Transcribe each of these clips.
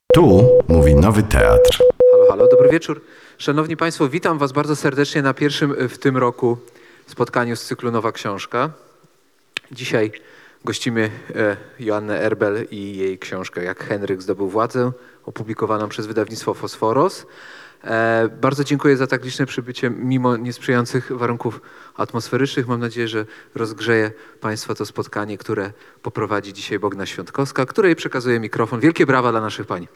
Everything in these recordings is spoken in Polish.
Tu mówi Nowy Teatr. Halo, halo, dobry wieczór. Szanowni Państwo, witam Was bardzo serdecznie na pierwszym w tym roku spotkaniu z cyklu Nowa Książka. Dzisiaj gościmy Joannę Erbel i jej książkę Jak Henryk zdobył władzę, opublikowaną przez wydawnictwo Fosforos. Bardzo dziękuję za tak liczne przybycie, mimo niesprzyjających warunków atmosferycznych. Mam nadzieję, że rozgrzeje Państwa to spotkanie, które poprowadzi dzisiaj Bogna Świątkowska, której przekazuję mikrofon. Wielkie brawa dla naszych pań.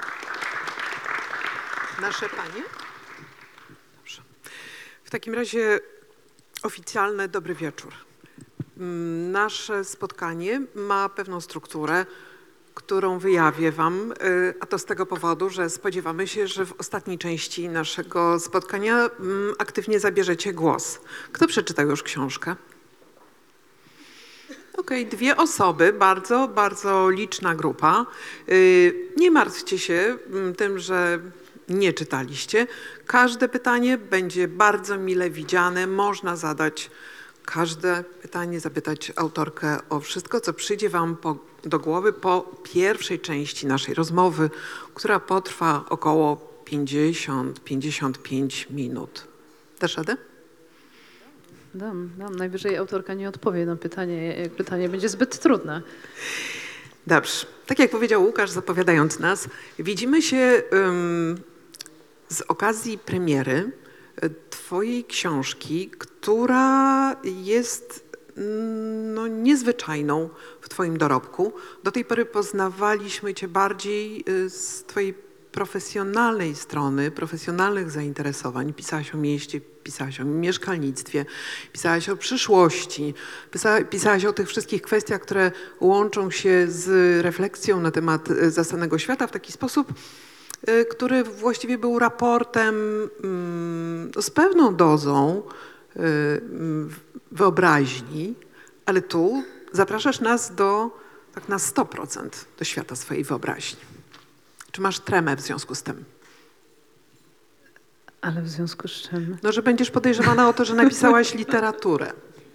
Nasze panie? Dobrze. W takim razie oficjalny dobry wieczór. Nasze spotkanie ma pewną strukturę, którą wyjawię Wam, a to z tego powodu, że spodziewamy się, że w ostatniej części naszego spotkania aktywnie zabierzecie głos. Kto przeczytał już książkę? Okej, 2 osoby, bardzo, bardzo liczna grupa. Nie martwcie się tym, że nie czytaliście. Każde pytanie będzie bardzo mile widziane. Można zadać każde pytanie, zapytać autorkę o wszystko, co przyjdzie Wam do głowy po pierwszej części naszej rozmowy, która potrwa około 50-55 minut. Dasz radę? Dam. Najwyżej autorka nie odpowie na pytanie, jak pytanie będzie zbyt trudne. Dobrze. Tak jak powiedział Łukasz, zapowiadając nas, widzimy się z okazji premiery Twojej książki, która jest niezwyczajną w Twoim dorobku. Do tej pory poznawaliśmy Cię bardziej z Twojej profesjonalnej strony, profesjonalnych zainteresowań. Pisałaś o mieście, pisałaś o mieszkalnictwie, pisałaś o przyszłości, pisałaś o tych wszystkich kwestiach, które łączą się z refleksją na temat zastanego świata w taki sposób, który właściwie był raportem z pewną dozą wyobraźni, ale tu zapraszasz nas tak na 100% do świata swojej wyobraźni. Czy masz tremę w związku z tym? Ale w związku z czym? No, że będziesz podejrzewana o to, że napisałaś literaturę.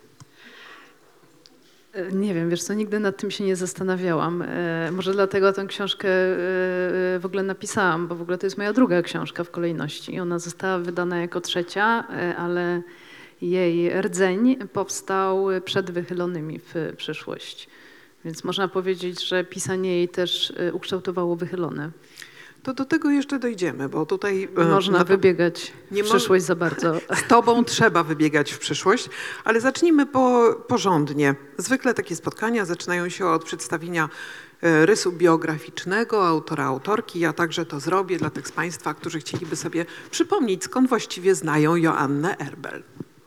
Nie wiem, wiesz co, nigdy nad tym się nie zastanawiałam. Może dlatego tę książkę w ogóle napisałam, bo w ogóle to jest moja druga książka w kolejności. Ona została wydana jako trzecia, ale jej rdzeń powstał przed Wychylonymi w przyszłość. Więc można powiedzieć, że pisanie jej też ukształtowało Wychylone. To do tego jeszcze dojdziemy, bo tutaj... Można wybiegać w przyszłość za bardzo. Z Tobą trzeba wybiegać w przyszłość, ale zacznijmy porządnie. Zwykle takie spotkania zaczynają się od przedstawienia rysu biograficznego autora, autorki. Ja także to zrobię dla tych z Państwa, którzy chcieliby sobie przypomnieć, skąd właściwie znają Joannę Erbel.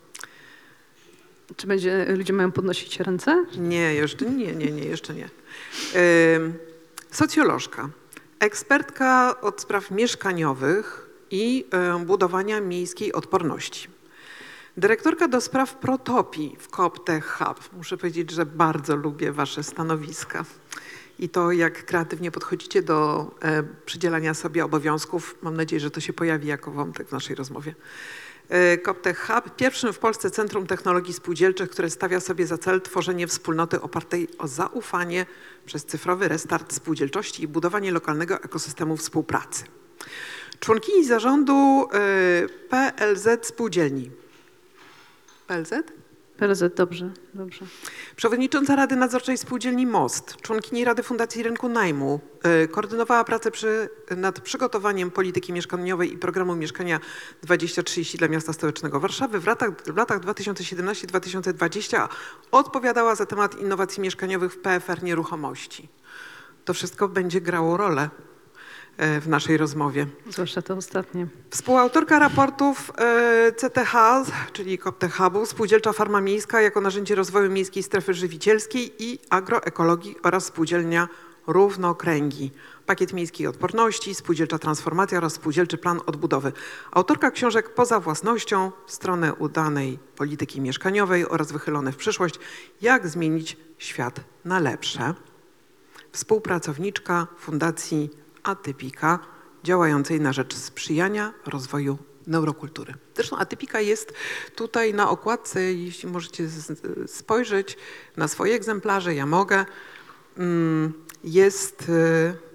Czy ludzie mają podnosić ręce? Nie, jeszcze nie. Socjolożka. Ekspertka od spraw mieszkaniowych i budowania miejskiej odporności. Dyrektorka do spraw protopii w CopTech Hub. Muszę powiedzieć, że bardzo lubię Wasze stanowiska i to, jak kreatywnie podchodzicie do przydzielania sobie obowiązków. Mam nadzieję, że to się pojawi jako wątek w naszej rozmowie. CopTech Hub, pierwszym w Polsce Centrum Technologii Spółdzielczych, które stawia sobie za cel tworzenie wspólnoty opartej o zaufanie przez cyfrowy restart spółdzielczości i budowanie lokalnego ekosystemu współpracy. Członkini zarządu PLZ Spółdzielni. PLZ? PLZ, dobrze. Przewodnicząca Rady Nadzorczej Spółdzielni Most, członkini Rady Fundacji Rynku Najmu, koordynowała pracę nad przygotowaniem polityki mieszkaniowej i programu Mieszkania 2030 dla Miasta Stołecznego Warszawy w latach 2017-2020, odpowiadała za temat innowacji mieszkaniowych w PFR Nieruchomości. To wszystko będzie grało rolę w naszej rozmowie. Zwłaszcza to ostatnie. Współautorka raportów CTH, czyli CopTech Hubu, Spółdzielcza Farma Miejska jako narzędzie rozwoju miejskiej strefy żywicielskiej i agroekologii oraz Spółdzielnia Równokręgi, Pakiet Miejskiej Odporności, Spółdzielcza Transformacja oraz Spółdzielczy Plan Odbudowy. Autorka książek Poza własnością, Stronę udanej polityki mieszkaniowej oraz Wychylone w przyszłość, Jak zmienić świat na lepsze. Współpracowniczka Fundacji Atypika, działającej na rzecz sprzyjania rozwoju neurokultury. Zresztą Atypika jest tutaj na okładce, jeśli możecie spojrzeć na swoje egzemplarze, ja mogę. Jest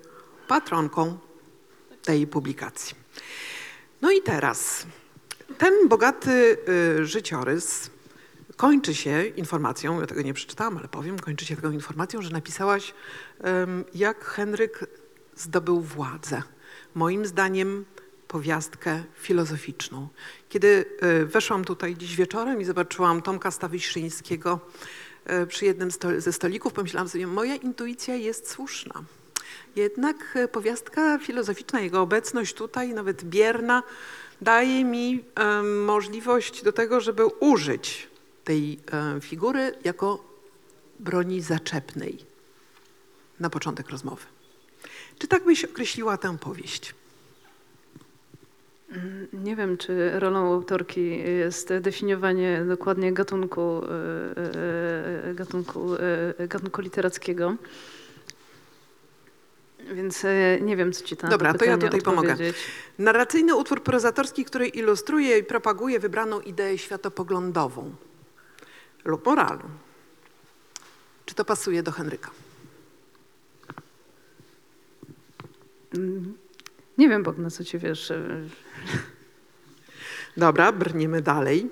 patronką tej publikacji. No i teraz ten bogaty życiorys kończy się informacją, ja tego nie przeczytałam, ale powiem, kończy się taką informacją, że napisałaś, jak Henryk zdobył władzę. Moim zdaniem powiastkę filozoficzną. Kiedy weszłam tutaj dziś wieczorem i zobaczyłam Tomka Stawiszyńskiego przy jednym ze stolików, pomyślałam sobie, moja intuicja jest słuszna. Jednak powiastka filozoficzna, jego obecność tutaj, nawet bierna, daje mi możliwość do tego, żeby użyć tej figury jako broni zaczepnej na początek rozmowy. Czy tak byś określiła tę powieść? Nie wiem, czy rolą autorki jest definiowanie dokładnie gatunku literackiego. Więc nie wiem, co ci tam Dobra, to ja tutaj pomogę. odpowiedzieć. Narracyjny utwór prozatorski, który ilustruje i propaguje wybraną ideę światopoglądową lub moralną. Czy to pasuje do Henryka? Nie wiem, Bogna, co ci wiesz. Dobra, brniemy dalej.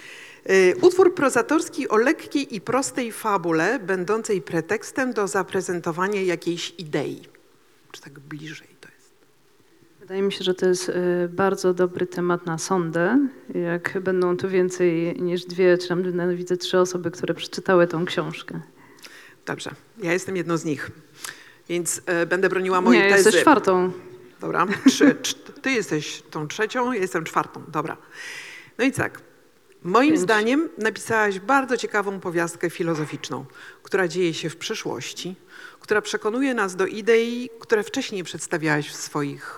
Utwór prozatorski o lekkiej i prostej fabule, będącej pretekstem do zaprezentowania jakiejś idei. Czy tak bliżej to jest? Wydaje mi się, że to jest bardzo dobry temat na sondę. Jak będą tu więcej niż 2, czy tam nawet widzę 3 osoby, które przeczytały tą książkę. Dobrze, ja jestem jedną z nich, więc będę broniła mojej Nie, tezy. jesteś 4. Dobra, ty jesteś tą 3, ja jestem 4. Dobra. No i tak, moim 5. zdaniem napisałaś bardzo ciekawą powiastkę filozoficzną, która dzieje się w przyszłości, która przekonuje nas do idei, które wcześniej przedstawiałaś w swoich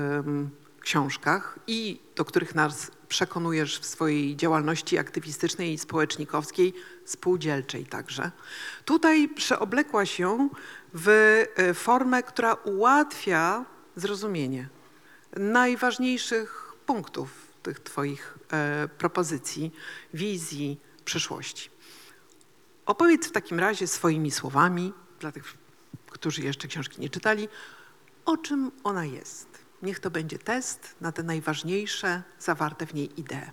książkach i do których nas przekonujesz w swojej działalności aktywistycznej i społecznikowskiej, spółdzielczej także. Tutaj przeoblekłaś ją w formę, która ułatwia zrozumienie najważniejszych punktów tych twoich propozycji, wizji przyszłości. Opowiedz w takim razie swoimi słowami, dla tych, którzy jeszcze książki nie czytali, o czym ona jest. Niech to będzie test na te najważniejsze zawarte w niej idee.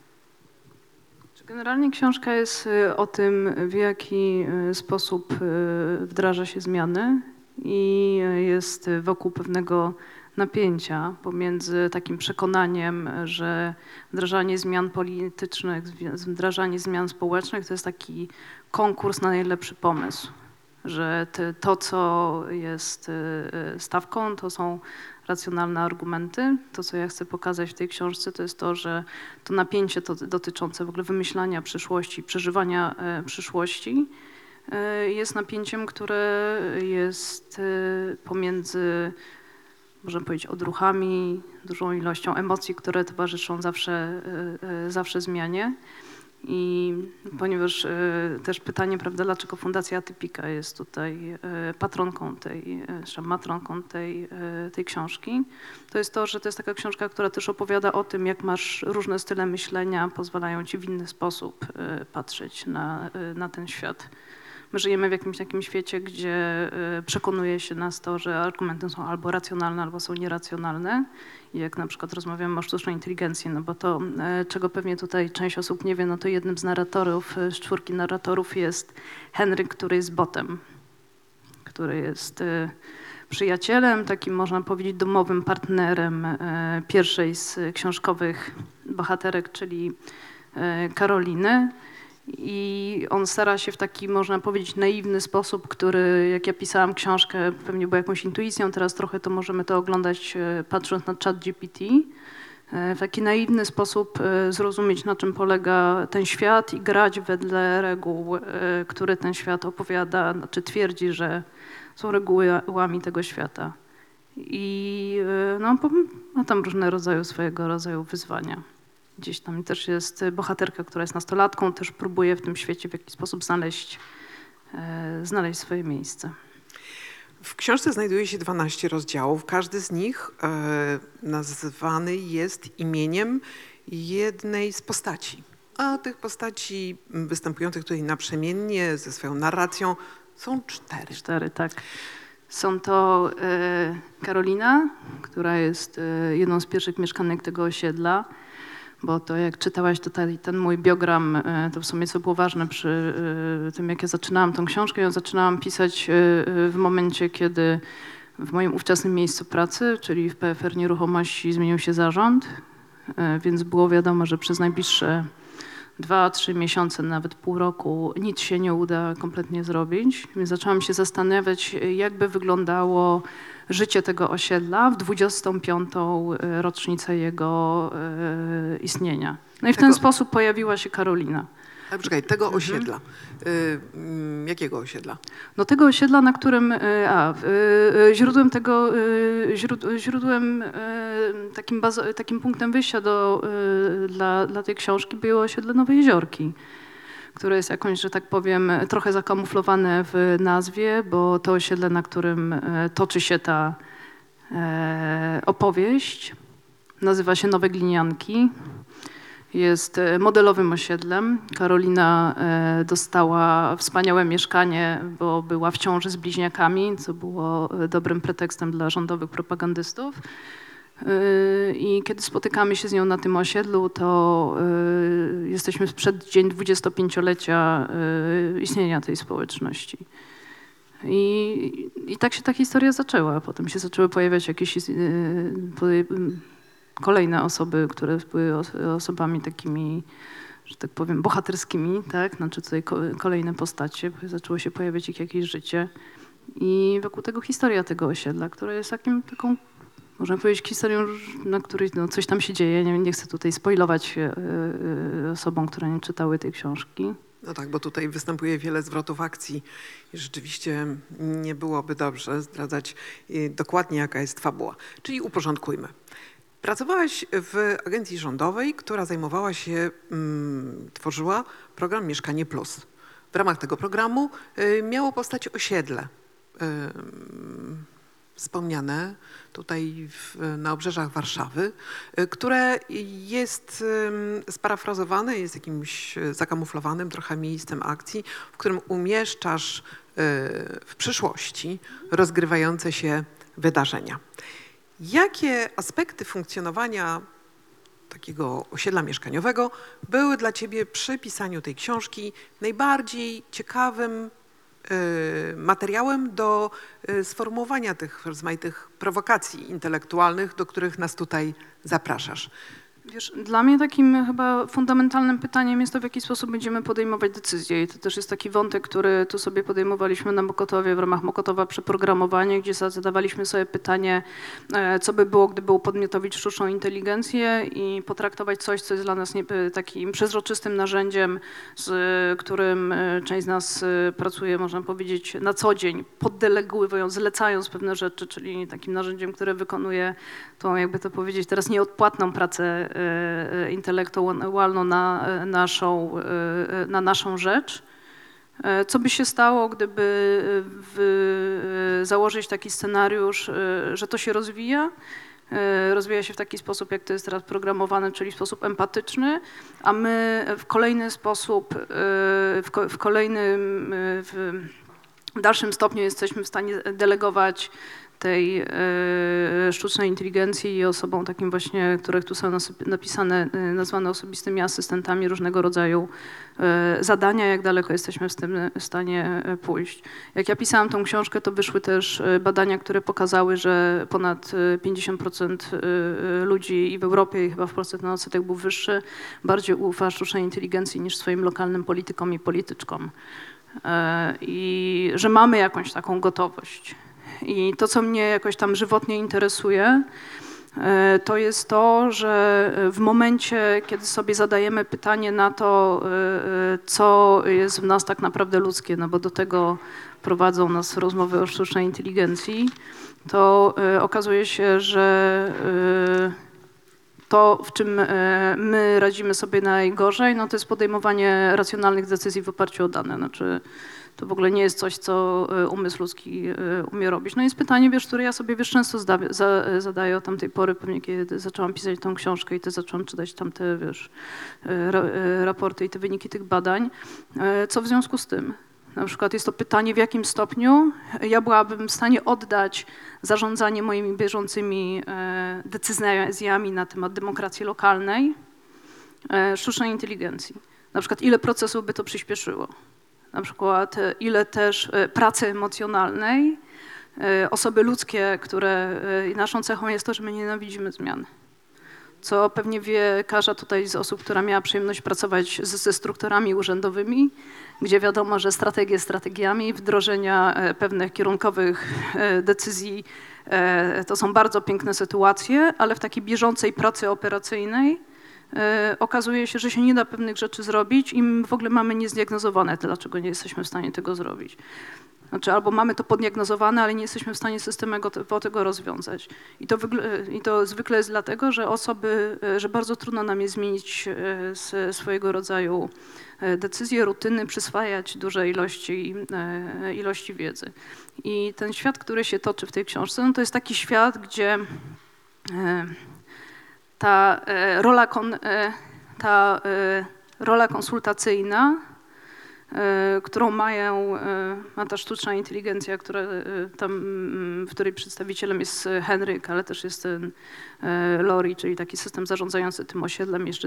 Generalnie książka jest o tym, w jaki sposób wdraża się zmiany i jest wokół pewnego napięcia pomiędzy takim przekonaniem, że wdrażanie zmian politycznych, wdrażanie zmian społecznych to jest taki konkurs na najlepszy pomysł. Że to, co jest stawką, to są racjonalne argumenty. To, co ja chcę pokazać w tej książce, to jest to, że to napięcie dotyczące w ogóle wymyślania przyszłości, przeżywania przyszłości jest napięciem, które jest pomiędzy, można powiedzieć, odruchami, dużą ilością emocji, które towarzyszą zawsze zmianie. I ponieważ też pytanie, prawda, dlaczego Fundacja Atypika jest tutaj patronką matronką tej książki, to jest to, że to jest taka książka, która też opowiada o tym, jak masz różne style myślenia, pozwalają ci w inny sposób patrzeć na ten świat. My żyjemy w jakimś takim świecie, gdzie przekonuje się nas to, że argumenty są albo racjonalne, albo są nieracjonalne. I jak na przykład rozmawiamy o sztucznej inteligencji, no bo to, czego pewnie tutaj część osób nie wie, no to jednym z narratorów, z 4 narratorów jest Henryk, który jest botem, który jest przyjacielem, takim można powiedzieć domowym partnerem pierwszej z książkowych bohaterek, czyli Karoliny. I on stara się w taki, można powiedzieć, naiwny sposób, który, jak ja pisałam książkę, pewnie był jakąś intuicją, teraz trochę to możemy to oglądać patrząc na ChatGPT, w taki naiwny sposób zrozumieć, na czym polega ten świat i grać wedle reguł, które ten świat opowiada, znaczy twierdzi, że są regułami tego świata. I no, ma tam swojego rodzaju wyzwania. Gdzieś tam też jest bohaterka, która jest nastolatką, też próbuje w tym świecie w jakiś sposób znaleźć swoje miejsce. W książce znajduje się 12 rozdziałów. Każdy z nich nazwany jest imieniem jednej z postaci. A tych postaci występujących tutaj naprzemiennie ze swoją narracją są 4. 4, tak. Są to Karolina, która jest jedną z pierwszych mieszkanek tego osiedla, bo to jak czytałaś tutaj ten mój biogram, to w sumie co było ważne przy tym, jak ja zaczynałam tą książkę, ja zaczynałam pisać w momencie, kiedy w moim ówczesnym miejscu pracy, czyli w PFR Nieruchomości, zmienił się zarząd, więc było wiadomo, że przez najbliższe 2-3 miesiące, nawet pół roku nic się nie uda kompletnie zrobić. Więc zaczęłam się zastanawiać, jak by wyglądało życie tego osiedla w 25. rocznicę jego istnienia. No i w ten sposób pojawiła się Karolina. Ale poczekaj, tego osiedla. Jakiego osiedla? No tego osiedla, na którym, źródłem takim punktem wyjścia dla tej książki było osiedle Nowe Jeziorki, które jest jakąś, że tak powiem, trochę zakamuflowane w nazwie, bo to osiedle, na którym toczy się ta opowieść, nazywa się Nowe Glinianki. Jest modelowym osiedlem. Karolina dostała wspaniałe mieszkanie, bo była w ciąży z bliźniakami, co było dobrym pretekstem dla rządowych propagandystów. I kiedy spotykamy się z nią na tym osiedlu, to jesteśmy w przeddzień 25-lecia istnienia tej społeczności. I tak się ta historia zaczęła. Potem się zaczęły pojawiać jakieś kolejne osoby, które były osobami takimi, że tak powiem, bohaterskimi, tak? Znaczy tutaj kolejne postacie, zaczęło się pojawiać ich jakieś życie. I wokół tego historia tego osiedla, która jest taką, można powiedzieć, historią, na której coś tam się dzieje. Nie chcę tutaj spoilować osobom, które nie czytały tej książki. No tak, bo tutaj występuje wiele zwrotów akcji i rzeczywiście nie byłoby dobrze zdradzać dokładnie, jaka jest fabuła. Czyli uporządkujmy. Pracowałaś w agencji rządowej, która zajmowała się, tworzyła program Mieszkanie Plus. W ramach tego programu miało powstać osiedle wspomniane tutaj na obrzeżach Warszawy, które jest sparafrazowane, jest jakimś zakamuflowanym trochę miejscem akcji, w którym umieszczasz w przyszłości rozgrywające się wydarzenia. Jakie aspekty funkcjonowania takiego osiedla mieszkaniowego były dla ciebie przy pisaniu tej książki najbardziej ciekawym materiałem do sformułowania tych rozmaitych prowokacji intelektualnych, do których nas tutaj zapraszasz? Wiesz, dla mnie takim chyba fundamentalnym pytaniem jest to, w jaki sposób będziemy podejmować decyzje. I to też jest taki wątek, który tu sobie podejmowaliśmy na Mokotowie w ramach Mokotowa Przeprogramowanie, gdzie zadawaliśmy sobie pytanie, co by było, gdyby upodmiotowić sztuczną inteligencję i potraktować coś, co jest dla nas takim przezroczystym narzędziem, z którym część z nas pracuje, można powiedzieć, na co dzień, poddelegowując, zlecając pewne rzeczy, czyli takim narzędziem, które wykonuje tą, jakby to powiedzieć, teraz nieodpłatną pracę intelektualną na naszą rzecz. Co by się stało, gdyby założyć taki scenariusz, że to się rozwija się w taki sposób, jak to jest teraz programowane, czyli w sposób empatyczny, a my w kolejny sposób, w dalszym stopniu jesteśmy w stanie delegować tej sztucznej inteligencji i osobom takim właśnie, które tu są napisane, nazwane osobistymi asystentami różnego rodzaju zadania, jak daleko jesteśmy z tym w stanie pójść. Jak ja pisałam tą książkę, to wyszły też badania, które pokazały, że ponad 50% ludzi i w Europie, i chyba w Polsce ten odsetek był wyższy, bardziej ufa sztucznej inteligencji niż swoim lokalnym politykom i polityczkom. I że mamy jakąś taką gotowość. I to, co mnie jakoś tam żywotnie interesuje, to jest to, że w momencie, kiedy sobie zadajemy pytanie na to, co jest w nas tak naprawdę ludzkie, no bo do tego prowadzą nas rozmowy o sztucznej inteligencji, to okazuje się, że to, w czym my radzimy sobie najgorzej, no to jest podejmowanie racjonalnych decyzji w oparciu o dane. Znaczy, to w ogóle nie jest coś, co umysł ludzki umie robić. No jest pytanie, wiesz, które ja sobie często zadaję od tamtej pory, pewnie kiedy zaczęłam pisać tą książkę i też zaczęłam czytać tamte, wiesz, raporty i te wyniki tych badań. Co w związku z tym? Na przykład jest to pytanie, w jakim stopniu ja byłabym w stanie oddać zarządzanie moimi bieżącymi decyzjami na temat demokracji lokalnej sztucznej inteligencji. Na przykład ile procesów by to przyspieszyło. Na przykład ile też pracy emocjonalnej, osoby ludzkie, które naszą cechą jest to, że my nienawidzimy zmian. Co pewnie wie każda tutaj z osób, która miała przyjemność pracować ze strukturami urzędowymi, gdzie wiadomo, że strategie strategiami, wdrożenia pewnych kierunkowych decyzji to są bardzo piękne sytuacje, ale w takiej bieżącej pracy operacyjnej okazuje się, że się nie da pewnych rzeczy zrobić i my w ogóle mamy niezdiagnozowane, dlaczego nie jesteśmy w stanie tego zrobić. Znaczy albo mamy to poddiagnozowane, ale nie jesteśmy w stanie systemowo tego rozwiązać. I to zwykle jest dlatego, że bardzo trudno nam jest zmienić swojego rodzaju decyzje, rutyny, przyswajać duże ilości wiedzy. I ten świat, który się toczy w tej książce, no to jest taki świat, gdzie ta rola konsultacyjna, którą ma ta sztuczna inteligencja, w której przedstawicielem jest Henryk, ale też jest ten Lori, czyli taki system zarządzający tym osiedlem, jeszcze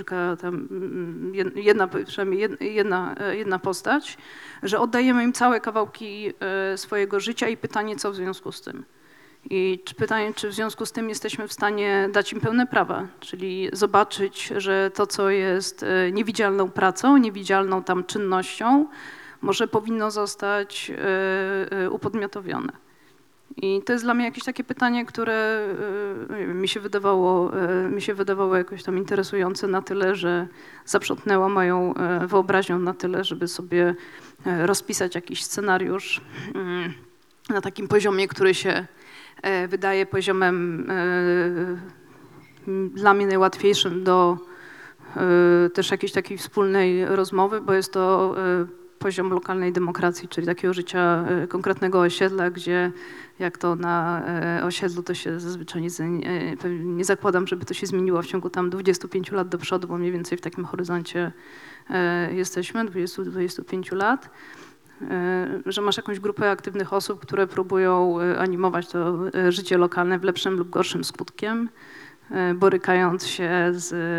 przynajmniej jedna postać, że oddajemy im całe kawałki swojego życia i pytanie, co w związku z tym. I pytanie, czy w związku z tym jesteśmy w stanie dać im pełne prawa, czyli zobaczyć, że to, co jest niewidzialną pracą, niewidzialną tam czynnością, może powinno zostać upodmiotowione. I to jest dla mnie jakieś takie pytanie, które mi się wydawało jakoś tam interesujące na tyle, że zaprzątnęło moją wyobraźnią na tyle, żeby sobie rozpisać jakiś scenariusz na takim poziomie, który się wydaje poziomem dla mnie najłatwiejszym do też jakiejś takiej wspólnej rozmowy, bo jest to poziom lokalnej demokracji, czyli takiego życia konkretnego osiedla, gdzie jak to na osiedlu to się zazwyczaj nie zakładam, żeby to się zmieniło w ciągu tam 25 lat do przodu, bo mniej więcej w takim horyzoncie jesteśmy, 20-25 lat. Że masz jakąś grupę aktywnych osób, które próbują animować to życie lokalne w lepszym lub gorszym skutkiem, borykając się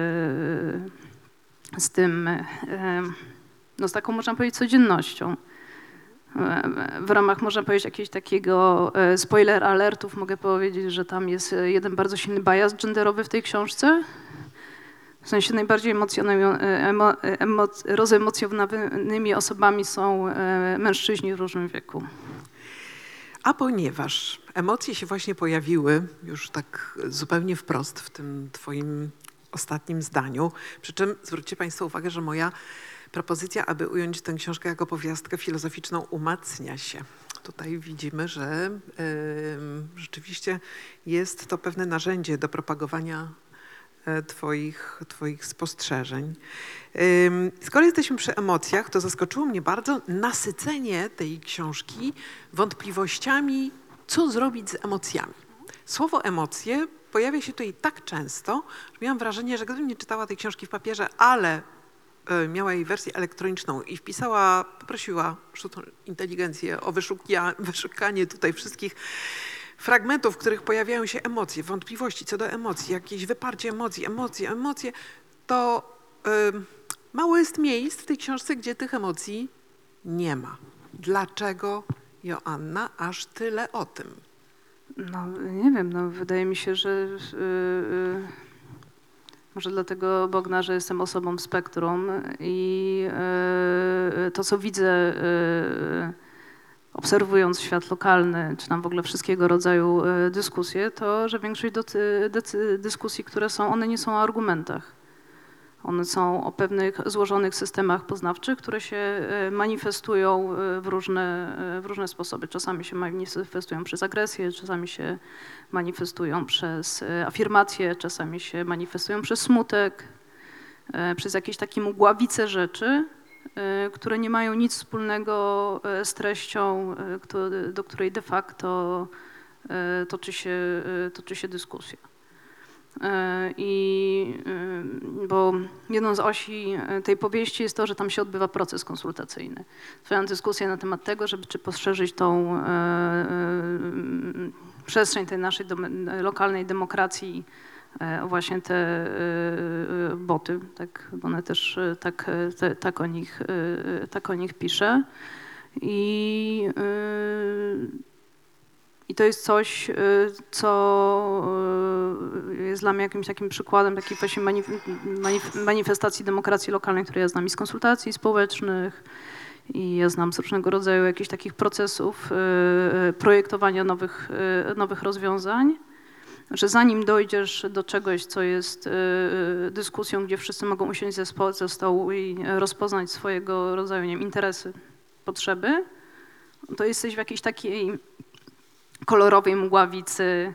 z tym, no z taką, można powiedzieć, codziennością. W ramach, można powiedzieć, jakiegoś takiego spoiler alertów mogę powiedzieć, że tam jest jeden bardzo silny bias genderowy w tej książce. W sensie najbardziej rozemocjonowanymi osobami są mężczyźni w różnym wieku. A ponieważ emocje się właśnie pojawiły już tak zupełnie wprost w tym twoim ostatnim zdaniu, przy czym zwróćcie Państwo uwagę, że moja propozycja, aby ująć tę książkę jako opowiastkę filozoficzną, umacnia się. Tutaj widzimy, że rzeczywiście jest to pewne narzędzie do propagowania Twoich spostrzeżeń. Skoro jesteśmy przy emocjach, to zaskoczyło mnie bardzo nasycenie tej książki wątpliwościami, co zrobić z emocjami. Słowo emocje pojawia się tutaj tak często, że miałam wrażenie, że gdybym nie czytała tej książki w papierze, ale miała jej wersję elektroniczną i poprosiła sztuczną inteligencję o wyszukanie tutaj wszystkich fragmentów, w których pojawiają się emocje, wątpliwości co do emocji, jakieś wyparcie emocji, emocje, to mało jest miejsc w tej książce, gdzie tych emocji nie ma. Dlaczego, Joanna, aż tyle o tym? No nie wiem, no wydaje mi się, że może dlatego, Bogna, że jestem osobą spektrum i to, co widzę obserwując świat lokalny, czy tam w ogóle wszystkiego rodzaju dyskusje, to, że większość dyskusji, które są, one nie są o argumentach. One są o pewnych złożonych systemach poznawczych, które się manifestują w różne sposoby. Czasami się manifestują przez agresję, czasami się manifestują przez afirmację, czasami się manifestują przez smutek, przez jakieś takie mgławice rzeczy, które nie mają nic wspólnego z treścią, do której de facto toczy się dyskusja. Bo jedną z osi tej powieści jest to, że tam się odbywa proces konsultacyjny. Trwają dyskusje na temat tego, czy poszerzyć tą przestrzeń tej naszej lokalnej demokracji o właśnie te boty, tak, one też tak o nich pisze. I to jest coś, co jest dla mnie jakimś takim przykładem takiej właśnie manifestacji demokracji lokalnej, która ja znam i z konsultacji społecznych, i ja znam z różnego rodzaju jakichś takich procesów projektowania nowych rozwiązań, że zanim dojdziesz do czegoś, co jest dyskusją, gdzie wszyscy mogą usiąść ze stołu i rozpoznać swojego rodzaju, nie wiem, interesy, potrzeby, to jesteś w jakiejś takiej kolorowej mgławicy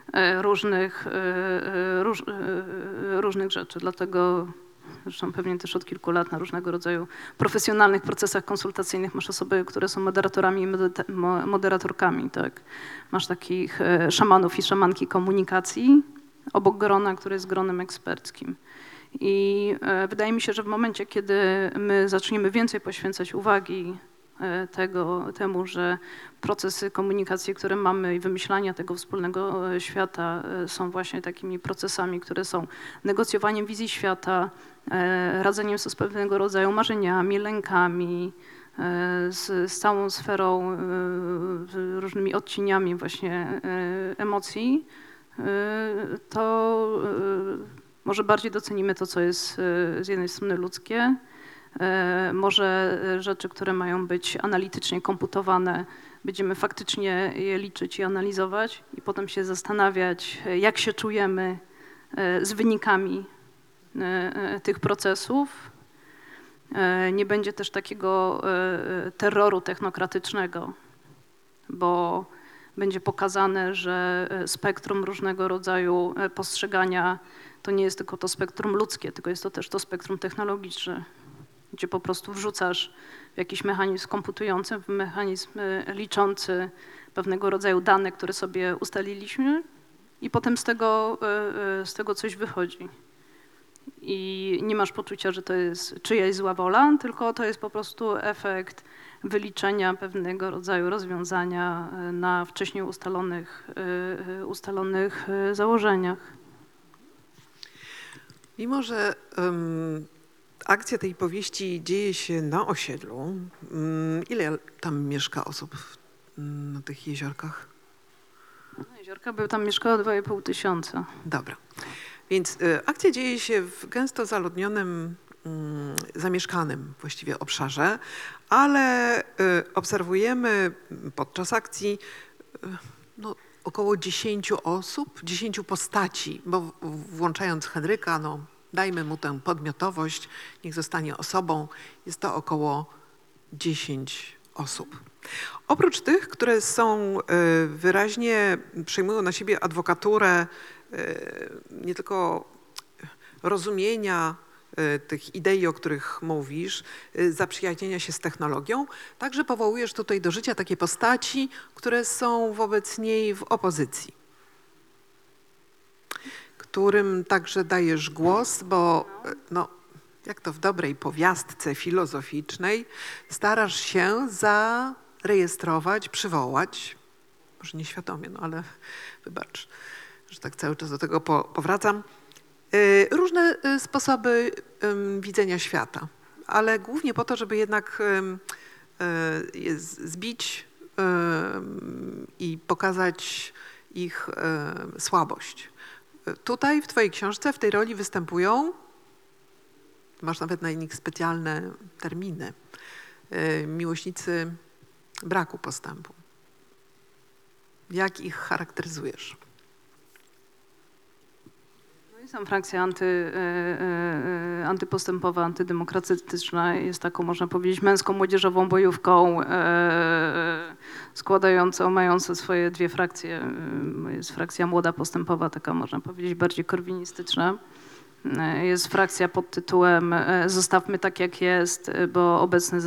różnych rzeczy. Dlatego zresztą pewnie też od kilku lat na różnego rodzaju profesjonalnych procesach konsultacyjnych masz osoby, które są moderatorami i moderatorkami. Tak? Masz takich szamanów i szamanki komunikacji obok grona, które jest gronem eksperckim. I wydaje mi się, że w momencie, kiedy my zaczniemy więcej poświęcać uwagi temu, że procesy komunikacji, które mamy i wymyślania tego wspólnego świata są właśnie takimi procesami, które są negocjowaniem wizji świata, radzeniem sobie z pewnego rodzaju marzeniami, lękami, z całą sferą, różnymi odcieniami właśnie emocji, to może bardziej docenimy to, co jest z jednej strony ludzkie, może rzeczy, które mają być analitycznie komputowane, będziemy faktycznie je liczyć i analizować i potem się zastanawiać, jak się czujemy z wynikami tych procesów. Nie będzie też takiego terroru technokratycznego, bo będzie pokazane, że spektrum różnego rodzaju postrzegania to nie jest tylko to spektrum ludzkie, tylko jest to też to spektrum technologiczne, gdzie po prostu wrzucasz w jakiś mechanizm komputujący, w mechanizm liczący pewnego rodzaju dane, które sobie ustaliliśmy i potem z tego coś wychodzi. I nie masz poczucia, że to jest czyjaś zła wola, tylko to jest po prostu efekt wyliczenia pewnego rodzaju rozwiązania na wcześniej ustalonych założeniach. Mimo że akcja tej powieści dzieje się na osiedlu, ile tam mieszka osób na tych jeziorkach? Jeziorka tam mieszkało 2,5 tysiąca. Dobra. Więc akcja dzieje się w gęsto zaludnionym, zamieszkanym właściwie obszarze, ale obserwujemy podczas akcji około 10 osób, 10 postaci, bo włączając Henryka, dajmy mu tę podmiotowość, niech zostanie osobą, jest to około 10 osób. Oprócz tych, które są wyraźnie, przejmują na siebie adwokaturę nie tylko rozumienia tych idei, o których mówisz, zaprzyjaźnienia się z technologią, także powołujesz tutaj do życia takie postaci, które są wobec niej w opozycji, którym także dajesz głos, bo jak to w dobrej powiastce filozoficznej, starasz się zarejestrować, przywołać, może nieświadomie, ale wybacz, że tak cały czas do tego powracam, różne sposoby widzenia świata, ale głównie po to, żeby jednak je zbić i pokazać ich słabość. Tutaj w twojej książce w tej roli występują, masz nawet na nich specjalne terminy, miłośnicy braku postępu. Jak ich charakteryzujesz? Sam frakcja antypostępowa, antydemokratyczna jest taką, można powiedzieć, męską młodzieżową bojówką mającą swoje dwie frakcje. Jest frakcja młoda postępowa, taka można powiedzieć bardziej korwinistyczna. Jest frakcja pod tytułem Zostawmy tak jak jest, bo obecny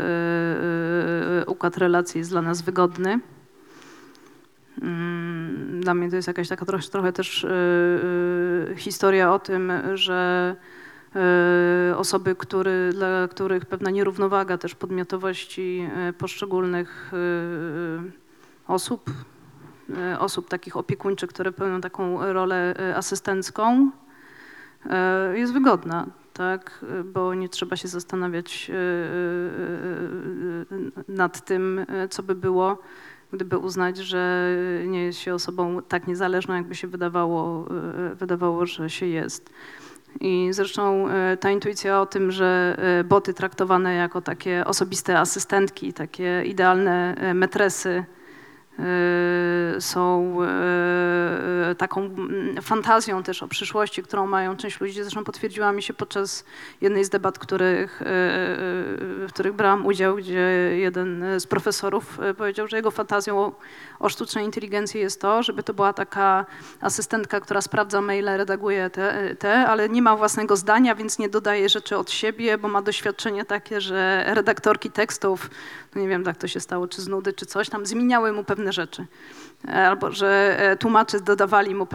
układ relacji jest dla nas wygodny. Dla mnie to jest jakaś taka trochę też historia o tym, że osoby, dla których pewna nierównowaga też podmiotowości poszczególnych osób takich opiekuńczych, które pełnią taką rolę asystencką, jest wygodna, tak? Bo nie trzeba się zastanawiać nad tym, co by było, gdyby uznać, że nie jest się osobą tak niezależną, jakby się wydawało, że się jest. I zresztą ta intuicja o tym, że boty traktowane jako takie osobiste asystentki, takie idealne metresy są taką fantazją też o przyszłości, którą mają część ludzi. Zresztą potwierdziła mi się podczas jednej z debat, w których brałam udział, gdzie jeden z profesorów powiedział, że jego fantazją o sztucznej inteligencji jest to, żeby to była taka asystentka, która sprawdza maile, redaguje ale nie ma własnego zdania, więc nie dodaje rzeczy od siebie, bo ma doświadczenie takie, że redaktorki tekstów, no nie wiem, tak to się stało, czy z nudy, czy coś, tam zmieniały mu pewne rzeczy. Albo że tłumacze dodawali mu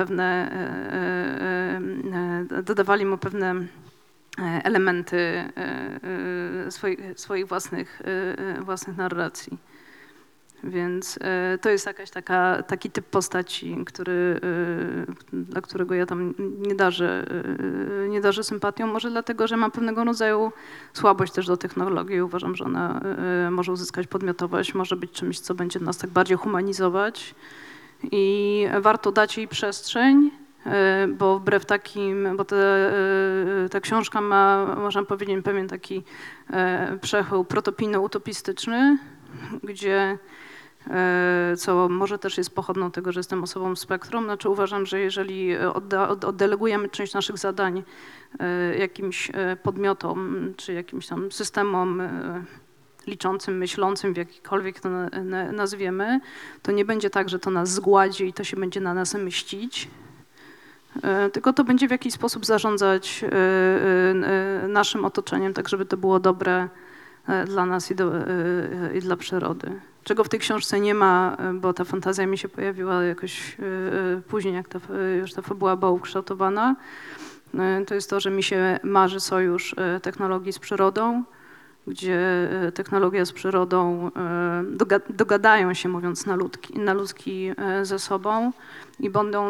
pewne elementy swoich własnych narracji. Więc to jest jakaś taki typ postaci, dla którego ja tam nie darzę sympatią. Może dlatego, że mam pewnego rodzaju słabość też do technologii. Uważam, że ona może uzyskać podmiotowość, może być czymś, co będzie nas tak bardziej humanizować. I warto dać jej przestrzeń, bo wbrew takim, bo ta książka ma, można powiedzieć, pewien taki przechył protopijno-utopistyczny, gdzie, co może też jest pochodną tego, że jestem osobą w spektrum, znaczy uważam, że jeżeli oddelegujemy część naszych zadań jakimś podmiotom, czy jakimś tam systemom liczącym, myślącym, w jakikolwiek to nazwiemy, to nie będzie tak, że to nas zgładzi i to się będzie na nas mścić, tylko to będzie w jakiś sposób zarządzać naszym otoczeniem, tak żeby to było dobre dla nas i dla przyrody. Czego w tej książce nie ma, bo ta fantazja mi się pojawiła jakoś później, jak już ta fabuła była ukształtowana, to jest to, że mi się marzy sojusz technologii z przyrodą, gdzie technologia z przyrodą dogadają się, mówiąc na ludzki ze sobą i będą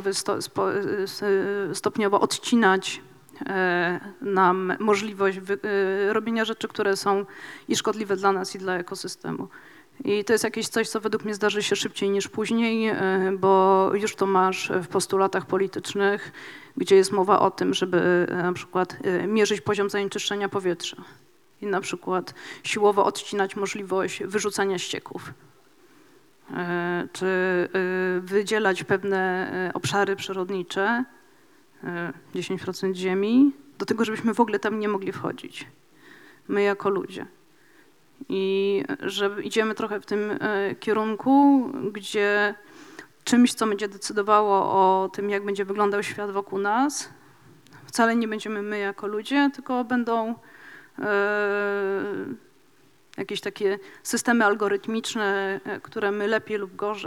stopniowo odcinać nam możliwość robienia rzeczy, które są i szkodliwe dla nas i dla ekosystemu. I to jest jakieś coś, co według mnie zdarzy się szybciej niż później, bo już to masz w postulatach politycznych, gdzie jest mowa o tym, żeby na przykład mierzyć poziom zanieczyszczenia powietrza i na przykład siłowo odcinać możliwość wyrzucania ścieków, czy wydzielać pewne obszary przyrodnicze, 10% ziemi, do tego, żebyśmy w ogóle tam nie mogli wchodzić, my jako ludzie. I że idziemy trochę w tym kierunku, gdzie czymś, co będzie decydowało o tym, jak będzie wyglądał świat wokół nas, wcale nie będziemy my jako ludzie, tylko będą jakieś takie systemy algorytmiczne, które my lepiej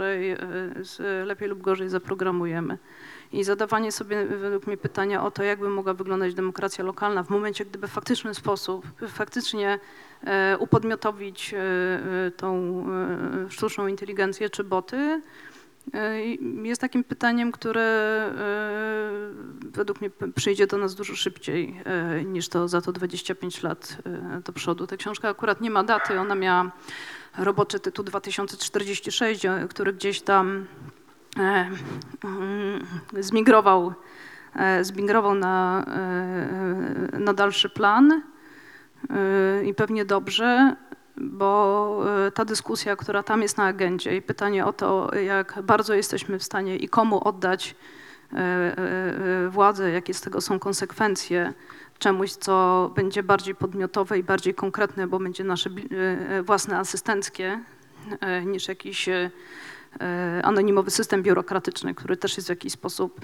lub gorzej zaprogramujemy. I zadawanie sobie według mnie pytania o to, jakby mogła wyglądać demokracja lokalna w momencie, gdyby w faktyczny sposób, faktycznie upodmiotowić tą sztuczną inteligencję czy boty, jest takim pytaniem, które według mnie przyjdzie do nas dużo szybciej niż to za to 25 lat do przodu. Ta książka akurat nie ma daty, ona miała roboczy tytuł 2046, który gdzieś tam zmigrował na dalszy plan i pewnie dobrze, bo ta dyskusja, która tam jest na agendzie i pytanie o to, jak bardzo jesteśmy w stanie i komu oddać władzę, jakie z tego są konsekwencje, czemuś, co będzie bardziej podmiotowe i bardziej konkretne, bo będzie nasze własne asystenckie, niż jakiś anonimowy system biurokratyczny, który też jest w jakiś sposób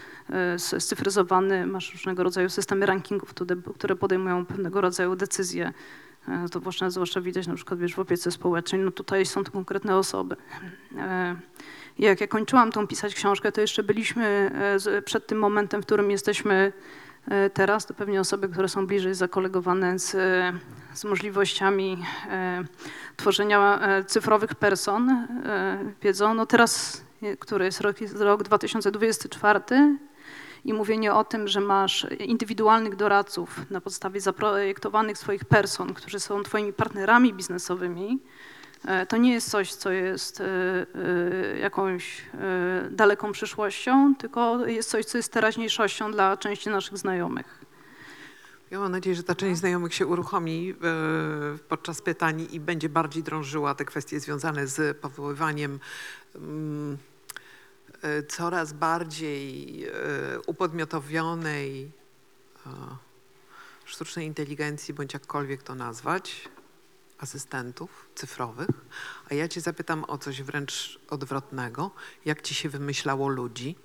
scyfryzowany. Masz różnego rodzaju systemy rankingów, które podejmują pewnego rodzaju decyzje To zwłaszcza widać na przykład w opiece społecznej, no tutaj są to konkretne osoby. Jak ja kończyłam tą pisać książkę, to jeszcze byliśmy przed tym momentem, w którym jesteśmy teraz, to pewnie osoby, które są bliżej zakolegowane z możliwościami tworzenia cyfrowych person, wiedzą, no teraz, który jest rok 2024 i mówienie o tym, że masz indywidualnych doradców na podstawie zaprojektowanych swoich person, którzy są twoimi partnerami biznesowymi, to nie jest coś, co jest jakąś daleką przyszłością, tylko jest coś, co jest teraźniejszością dla części naszych znajomych. Ja mam nadzieję, że ta część znajomych się uruchomi podczas pytań i będzie bardziej drążyła te kwestie związane z powoływaniem coraz bardziej upodmiotowionej sztucznej inteligencji, bądź jakkolwiek to nazwać, asystentów cyfrowych. A ja cię zapytam o coś wręcz odwrotnego. Jak ci się wymyślało ludzi?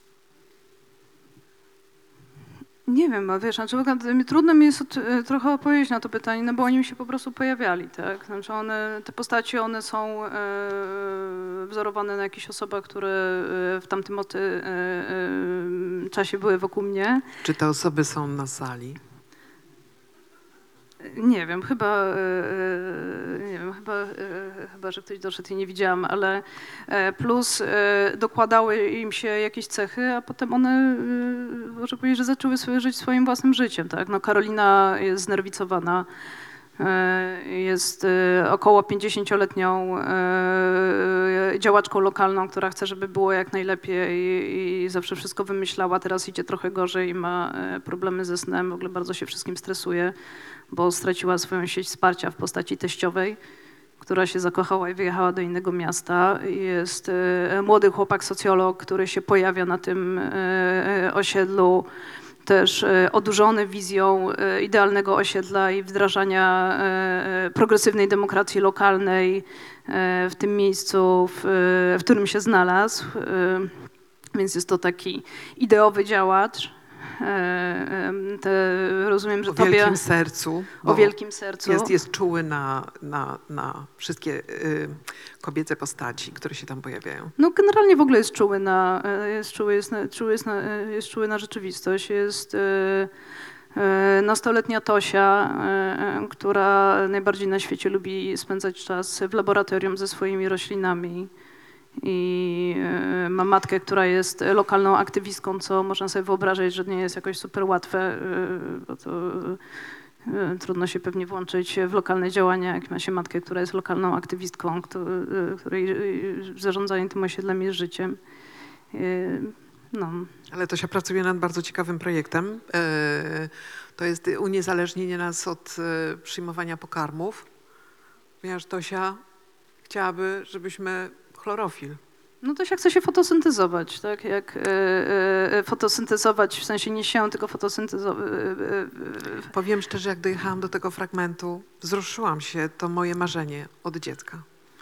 Nie wiem, wiesz, znaczy, trudno mi jest trochę odpowiedzieć na to pytanie, no bo oni mi się po prostu pojawiali, tak? Znaczy te postaci, one są wzorowane na jakichś osobach, które w tamtym czasie były wokół mnie. Czy te osoby są na sali? Nie wiem, chyba, że ktoś doszedł i nie widziałam, ale plus dokładały im się jakieś cechy, a potem one, może powiedzieć, że zaczęły żyć swoim własnym życiem, tak? No Karolina jest znerwicowana, jest około 50-letnią działaczką lokalną, która chce, żeby było jak najlepiej i zawsze wszystko wymyślała. Teraz idzie trochę gorzej i ma problemy ze snem, w ogóle bardzo się wszystkim stresuje, bo straciła swoją sieć wsparcia w postaci teściowej, która się zakochała i wyjechała do innego miasta. Jest młody chłopak, socjolog, który się pojawia na tym osiedlu, też odurzony wizją idealnego osiedla i wdrażania progresywnej demokracji lokalnej w tym miejscu, w którym się znalazł. Więc jest to taki ideowy działacz. Rozumiem, że o wielkim sercu. O wielkim sercu. Jest czuły na wszystkie kobiece postaci, które się tam pojawiają. No generalnie w ogóle jest czuły na rzeczywistość. Jest nastoletnia Tosia, która najbardziej na świecie lubi spędzać czas w laboratorium ze swoimi roślinami. I ma matkę, która jest lokalną aktywistką, co można sobie wyobrazić, że nie jest jakoś super łatwe, bo to trudno się pewnie włączyć w lokalne działania, jak ma się matkę, która jest lokalną aktywistką, której zarządzanie tym osiedlem jest życiem. No. Ale Tosia pracuje nad bardzo ciekawym projektem. To jest uniezależnienie nas od przyjmowania pokarmów, ponieważ Tosia chciałaby, żebyśmy chlorofil. No to się chce się fotosyntezować, tak? Jak fotosyntezować, w sensie nie się, tylko fotosyntezować. Powiem szczerze, jak dojechałam do tego fragmentu, wzruszyłam się, to moje marzenie od dziecka.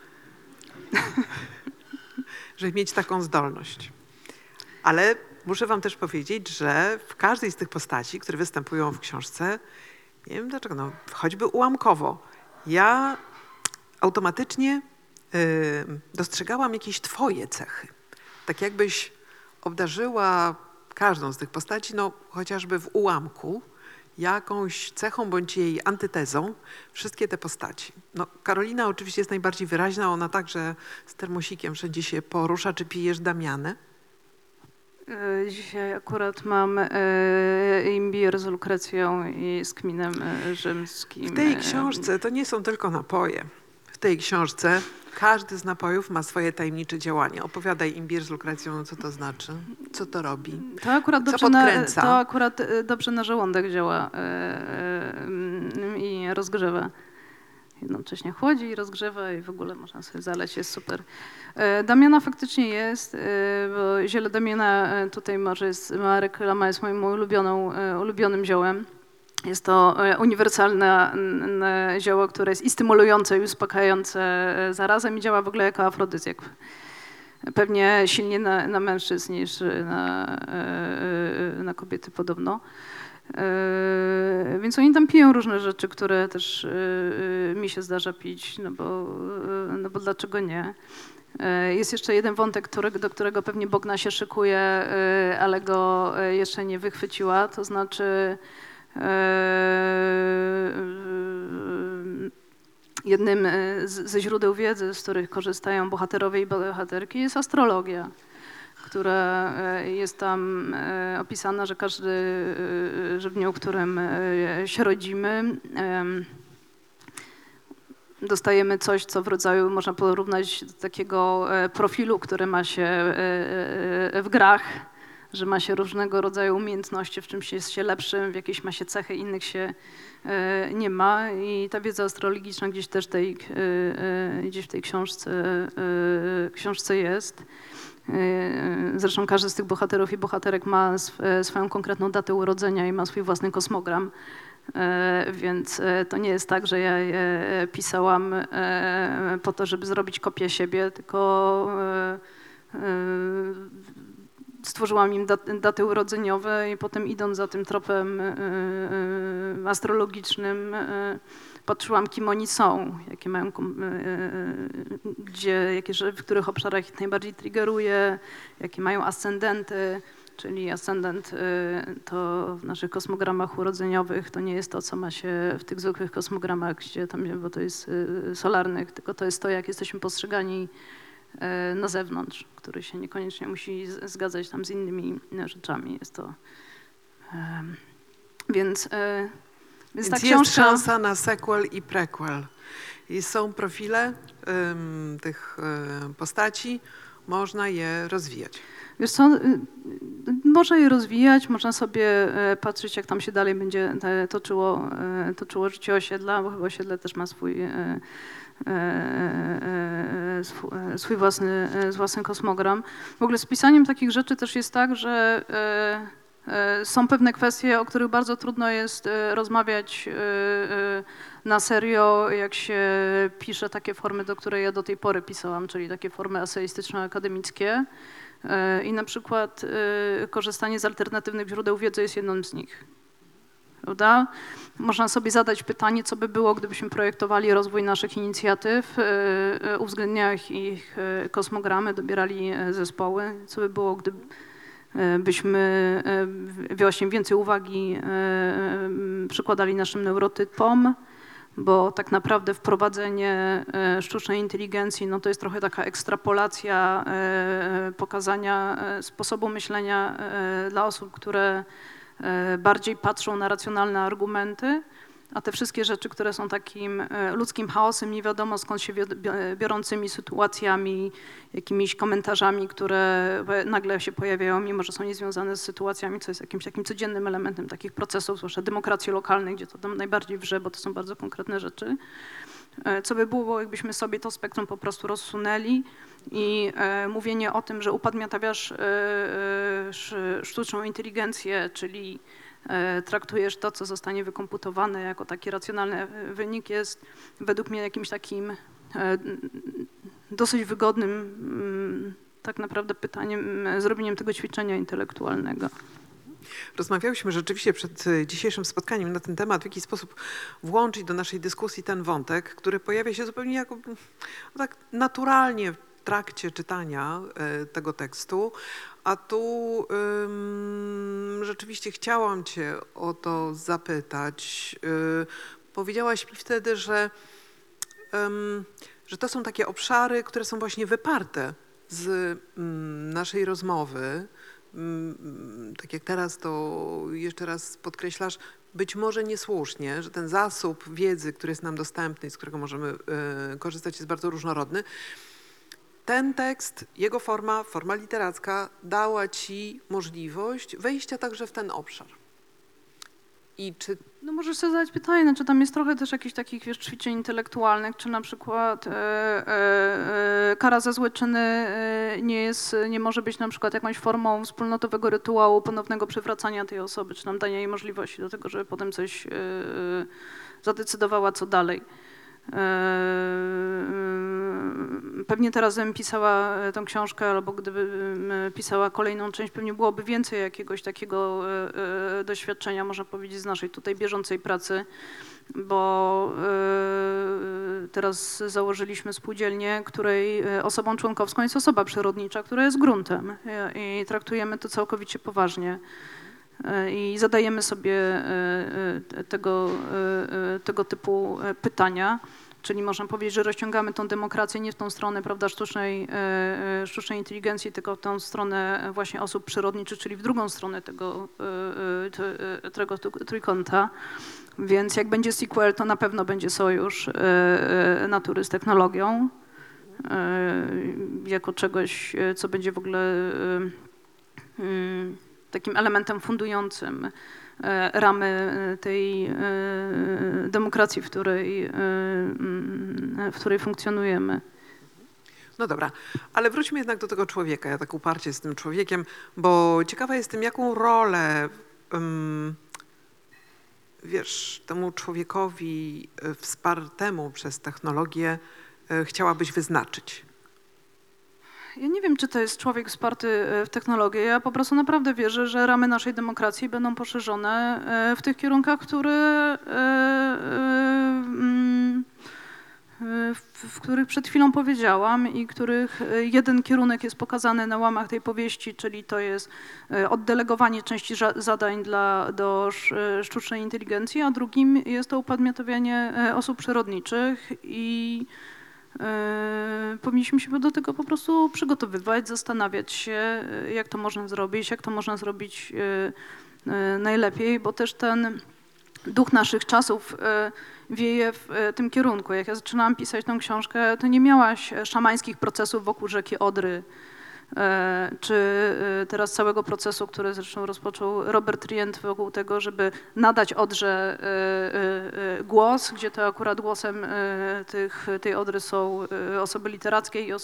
Żeby mieć taką zdolność. Ale muszę wam też powiedzieć, że w każdej z tych postaci, które występują w książce, nie wiem dlaczego, no choćby ułamkowo, ja automatycznie dostrzegałam jakieś twoje cechy. Tak jakbyś obdarzyła każdą z tych postaci, no chociażby w ułamku, jakąś cechą bądź jej antytezą wszystkie te postaci. No, Karolina oczywiście jest najbardziej wyraźna, ona także z termosikiem wszędzie się porusza. Czy pijesz Damianę? Dzisiaj akurat mam imbir z lukrecją i z kminem rzymskim. W tej książce to nie są tylko napoje. W tej książce każdy z napojów ma swoje tajemnicze działanie. Opowiadaj, imbir z lukrecją, co to znaczy, co to robi, to akurat dobrze na żołądek działa i rozgrzewa. Jednocześnie chłodzi i rozgrzewa i w ogóle można sobie zaleć, jest super. Damiana faktycznie jest, bo ziele Damiana tutaj może jest, mała reklama, jest moim ulubionym ziołem. Jest to uniwersalne zioło, które jest i stymulujące, i uspokajające zarazem i działa w ogóle jako afrodyzjak. Pewnie silniej na mężczyzn niż na kobiety podobno. Więc oni tam piją różne rzeczy, które też mi się zdarza pić, no bo dlaczego nie? Jest jeszcze jeden wątek, do którego pewnie Bogna się szykuje, ale go jeszcze nie wychwyciła, to znaczy jednym ze źródeł wiedzy, z których korzystają bohaterowie i bohaterki, jest astrologia, która jest tam opisana, że że w dniu, w którym się rodzimy, dostajemy coś, co w rodzaju można porównać do takiego profilu, który ma się w grach, że ma się różnego rodzaju umiejętności, w czymś jest się lepszym, w jakiejś ma się cechy, innych się nie ma. I ta wiedza astrologiczna gdzieś też gdzieś w tej książce jest. Zresztą każdy z tych bohaterów i bohaterek ma swoją konkretną datę urodzenia i ma swój własny kosmogram. Więc to nie jest tak, że ja je pisałam po to, żeby zrobić kopię siebie, tylko stworzyłam im daty urodzeniowe i potem idąc za tym tropem astrologicznym patrzyłam, kim oni są, jakie mają, w których obszarach ich najbardziej triggeruje, jakie mają ascendenty, czyli ascendent to w naszych kosmogramach urodzeniowych to nie jest to, co ma się w tych zwykłych kosmogramach, gdzie tam, bo to jest solarnych, tylko to jest to, jak jesteśmy postrzegani na zewnątrz, który się niekoniecznie musi zgadzać tam z innymi rzeczami. Jest to... Więc ta książka... Jest szansa na sequel i prequel. I są profile tych postaci, można je rozwijać. Wiesz co, można je rozwijać, można sobie patrzeć, jak tam się dalej będzie toczyło życie osiedla, bo chyba osiedle też ma swój własny kosmogram. W ogóle z pisaniem takich rzeczy też jest tak, że są pewne kwestie, o których bardzo trudno jest rozmawiać na serio, jak się pisze takie formy, do której ja do tej pory pisałam, czyli takie formy eseistyczno-akademickie. I na przykład korzystanie z alternatywnych źródeł wiedzy jest jednym z nich. Prawda? Można sobie zadać pytanie, co by było, gdybyśmy projektowali rozwój naszych inicjatyw, uwzględniając ich kosmogramy, dobierali zespoły, co by było, gdybyśmy właśnie więcej uwagi przykładali naszym neurotypom, bo tak naprawdę wprowadzenie sztucznej inteligencji no to jest trochę taka ekstrapolacja pokazania sposobu myślenia dla osób, które bardziej patrzą na racjonalne argumenty, a te wszystkie rzeczy, które są takim ludzkim chaosem, nie wiadomo skąd się biorącymi sytuacjami, jakimiś komentarzami, które nagle się pojawiają, mimo że są niezwiązane z sytuacjami, co jest jakimś takim codziennym elementem takich procesów, zwłaszcza demokracji lokalnej, gdzie to tam najbardziej wrze, bo to są bardzo konkretne rzeczy. Co by było, jakbyśmy sobie to spektrum po prostu rozsunęli i mówienie o tym, że upodmiotawiasz sztuczną inteligencję, czyli traktujesz to, co zostanie wykomputowane jako taki racjonalny wynik, jest według mnie jakimś takim dosyć wygodnym tak naprawdę pytaniem, zrobieniem tego ćwiczenia intelektualnego. Rozmawiałyśmy rzeczywiście przed dzisiejszym spotkaniem na ten temat, w jaki sposób włączyć do naszej dyskusji ten wątek, który pojawia się zupełnie jako tak naturalnie w trakcie czytania tego tekstu, a tu rzeczywiście chciałam cię o to zapytać. Powiedziałaś mi wtedy, że to są takie obszary, które są właśnie wyparte z naszej rozmowy. Tak jak teraz to jeszcze raz podkreślasz, być może niesłusznie, że ten zasób wiedzy, który jest nam dostępny i z którego możemy korzystać, jest bardzo różnorodny. Ten tekst, jego forma literacka dała ci możliwość wejścia także w ten obszar. I czy... No możesz sobie zadać pytanie, czy tam jest trochę też jakichś takich ćwiczeń intelektualnych, czy na przykład kara za złe czyny nie może być na przykład jakąś formą wspólnotowego rytuału ponownego przywracania tej osoby, czy nam dania jej możliwości do tego, żeby potem coś zadecydowała, co dalej. Pewnie teraz bym pisała tę książkę, albo gdybym pisała kolejną część, pewnie byłoby więcej jakiegoś takiego doświadczenia, można powiedzieć, z naszej tutaj bieżącej pracy, bo teraz założyliśmy spółdzielnię, której osobą członkowską jest osoba przyrodnicza, która jest gruntem i traktujemy to całkowicie poważnie. I zadajemy sobie tego typu pytania, czyli można powiedzieć, że rozciągamy tą demokrację nie w tą stronę, prawda, sztucznej inteligencji, tylko w tą stronę właśnie osób przyrodniczych, czyli w drugą stronę tego trójkąta. Więc jak będzie sequel, to na pewno będzie sojusz natury z technologią, jako czegoś, co będzie w ogóle takim elementem fundującym ramy tej demokracji, w której funkcjonujemy. No dobra, ale wróćmy jednak do tego człowieka. Ja tak uparcie z tym człowiekiem, bo ciekawa jestem, jaką rolę temu człowiekowi wspartemu przez technologię chciałabyś wyznaczyć? Ja nie wiem, czy to jest człowiek wsparty w technologię. Ja po prostu naprawdę wierzę, że ramy naszej demokracji będą poszerzone w tych kierunkach, w których przed chwilą powiedziałam i których jeden kierunek jest pokazany na łamach tej powieści, czyli to jest oddelegowanie części zadań do sztucznej inteligencji, a drugim jest to upodmiotowienie osób przyrodniczych i powinniśmy się do tego po prostu przygotowywać, zastanawiać się, jak to można zrobić, jak to można zrobić najlepiej, bo też ten duch naszych czasów wieje w tym kierunku. Jak ja zaczynałam pisać tę książkę, to nie miałaś szamańskich procesów wokół rzeki Odry, czy teraz całego procesu, który zresztą rozpoczął Robert Rient wokół tego, żeby nadać Odrze głos, gdzie to akurat głosem tej Odry są osoby literackie i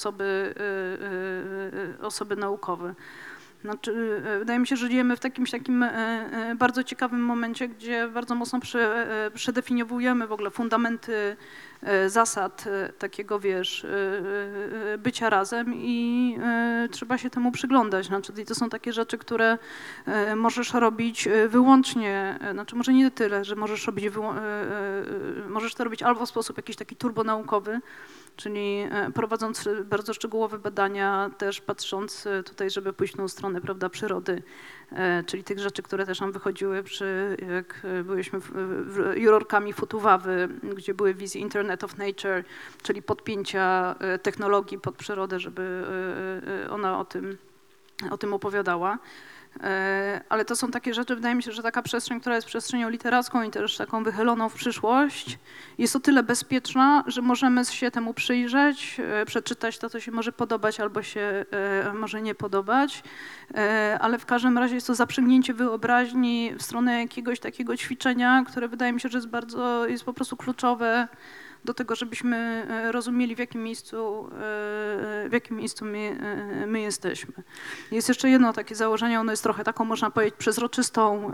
osoby naukowe. Znaczy, wydaje mi się, że żyjemy w takim bardzo ciekawym momencie, gdzie bardzo mocno przedefiniowujemy w ogóle fundamenty zasad takiego, bycia razem i trzeba się temu przyglądać. Znaczy, to są takie rzeczy, które możesz robić wyłącznie, znaczy może nie tyle, że możesz to robić albo w sposób jakiś taki turbonaukowy, czyli prowadząc bardzo szczegółowe badania, też patrząc tutaj, żeby pójść w tą stronę, prawda, przyrody, czyli tych rzeczy, które też nam wychodziły jak byliśmy jurorkami Futuwawy, gdzie były wizje Internet of Nature, czyli podpięcia technologii pod przyrodę, żeby ona o tym opowiadała. Ale to są takie rzeczy, wydaje mi się, że taka przestrzeń, która jest przestrzenią literacką i też taką wychyloną w przyszłość, jest o tyle bezpieczna, że możemy się temu przyjrzeć, przeczytać to, co się może podobać albo się może nie podobać, ale w każdym razie jest to zaprzęgnięcie wyobraźni w stronę jakiegoś takiego ćwiczenia, które wydaje mi się, że jest po prostu kluczowe do tego, żebyśmy rozumieli, w jakim miejscu my jesteśmy. Jest jeszcze jedno takie założenie, ono jest trochę taką, można powiedzieć, przezroczystą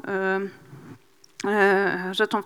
rzeczą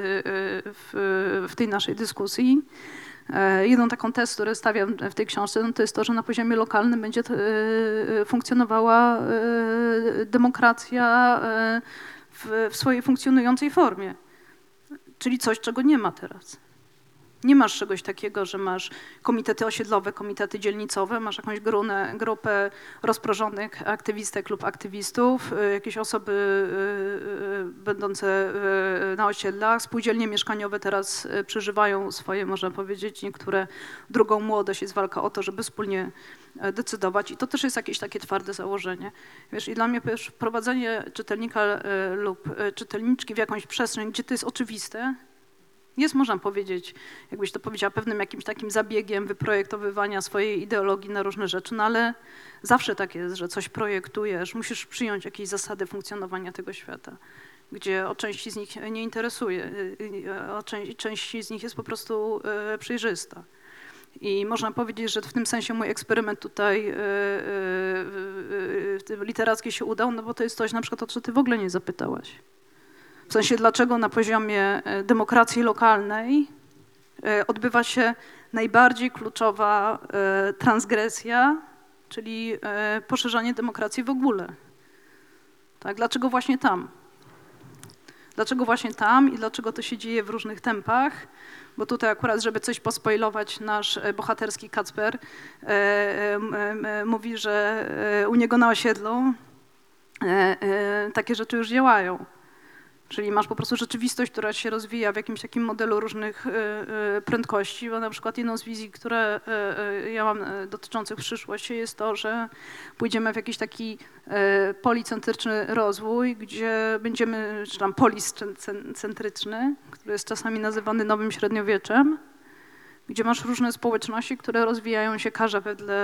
w tej naszej dyskusji. Jedną taką tezę, którą stawiam w tej książce, no to jest to, że na poziomie lokalnym będzie funkcjonowała demokracja w swojej funkcjonującej formie. Czyli coś, czego nie ma teraz. Nie masz czegoś takiego, że masz komitety osiedlowe, komitety dzielnicowe, masz jakąś grupę rozproszzonych aktywistek lub aktywistów, jakieś osoby będące na osiedlach. Spółdzielnie mieszkaniowe teraz przeżywają swoje, można powiedzieć, niektóre drugą młodość, jest walka o to, żeby wspólnie decydować i to też jest jakieś takie twarde założenie. I dla mnie wprowadzenie czytelnika lub czytelniczki w jakąś przestrzeń, gdzie to jest oczywiste, jest, można powiedzieć, jakbyś to powiedziała, pewnym jakimś takim zabiegiem wyprojektowywania swojej ideologii na różne rzeczy, no ale zawsze tak jest, że coś projektujesz, musisz przyjąć jakieś zasady funkcjonowania tego świata, gdzie o części z nich nie interesuje, część z nich jest po prostu przejrzysta. I można powiedzieć, że w tym sensie mój eksperyment tutaj literacki się udał, no bo to jest coś na przykład, o co ty w ogóle nie zapytałaś. W sensie, dlaczego na poziomie demokracji lokalnej odbywa się najbardziej kluczowa transgresja, czyli poszerzanie demokracji w ogóle. Tak, dlaczego właśnie tam? Dlaczego właśnie tam i dlaczego to się dzieje w różnych tempach? Bo tutaj akurat, żeby coś pospoilować, nasz bohaterski Kacper mówi, że u niego na osiedlu takie rzeczy już działają. Czyli masz po prostu rzeczywistość, która się rozwija w jakimś takim modelu różnych prędkości, bo na przykład jedną z wizji, które ja mam dotyczących przyszłości jest to, że pójdziemy w jakiś taki policentryczny rozwój, gdzie będziemy, czy tam poliscentryczny, który jest czasami nazywany nowym średniowieczem, gdzie masz różne społeczności, które rozwijają się każda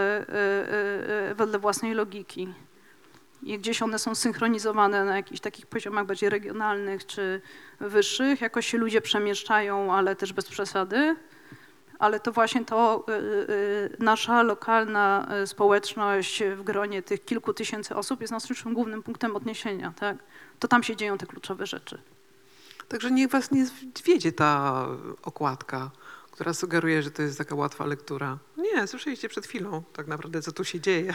wedle własnej logiki. I gdzieś one są synchronizowane na jakichś takich poziomach bardziej regionalnych czy wyższych. Jakoś się ludzie przemieszczają, ale też bez przesady. Ale to właśnie to nasza lokalna społeczność w gronie tych kilku tysięcy osób jest naszym głównym punktem odniesienia. Tak? To tam się dzieją te kluczowe rzeczy. Także niech was nie zwiedzie ta okładka, która sugeruje, że to jest taka łatwa lektura. Nie, słyszeliście przed chwilą tak naprawdę, co tu się dzieje.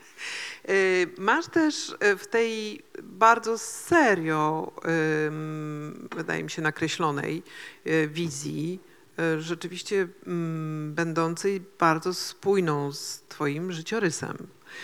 Masz też w tej bardzo serio, wydaje mi się, nakreślonej wizji, rzeczywiście będącej bardzo spójną z twoim życiorysem.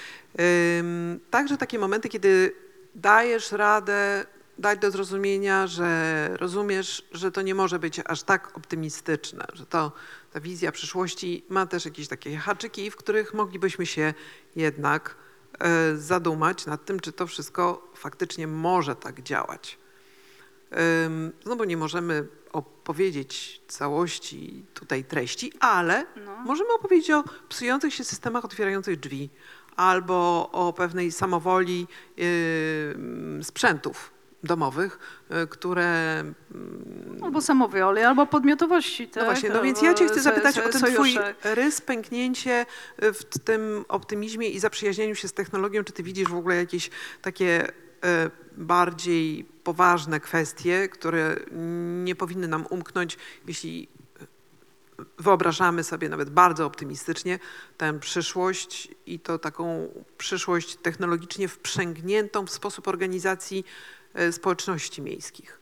Także takie momenty, kiedy dajesz radę dać do zrozumienia, że rozumiesz, że to nie może być aż tak optymistyczne, że ta wizja przyszłości ma też jakieś takie haczyki, w których moglibyśmy się jednak zadumać nad tym, czy to wszystko faktycznie może tak działać. No bo nie możemy opowiedzieć całości tutaj treści, ale możemy opowiedzieć o psujących się systemach otwierających drzwi albo o pewnej samowoli sprzętów domowych, które... Albo samowoli, albo podmiotowości. Tak? No właśnie, no więc ja cię chcę zapytać o ten twój sojusze. rys, pęknięcie w tym optymizmie i zaprzyjaźnieniu się z technologią. Czy ty widzisz w ogóle jakieś takie bardziej poważne kwestie, które nie powinny nam umknąć, jeśli wyobrażamy sobie nawet bardzo optymistycznie tę przyszłość i to taką przyszłość technologicznie wprzęgniętą w sposób organizacji społeczności miejskich?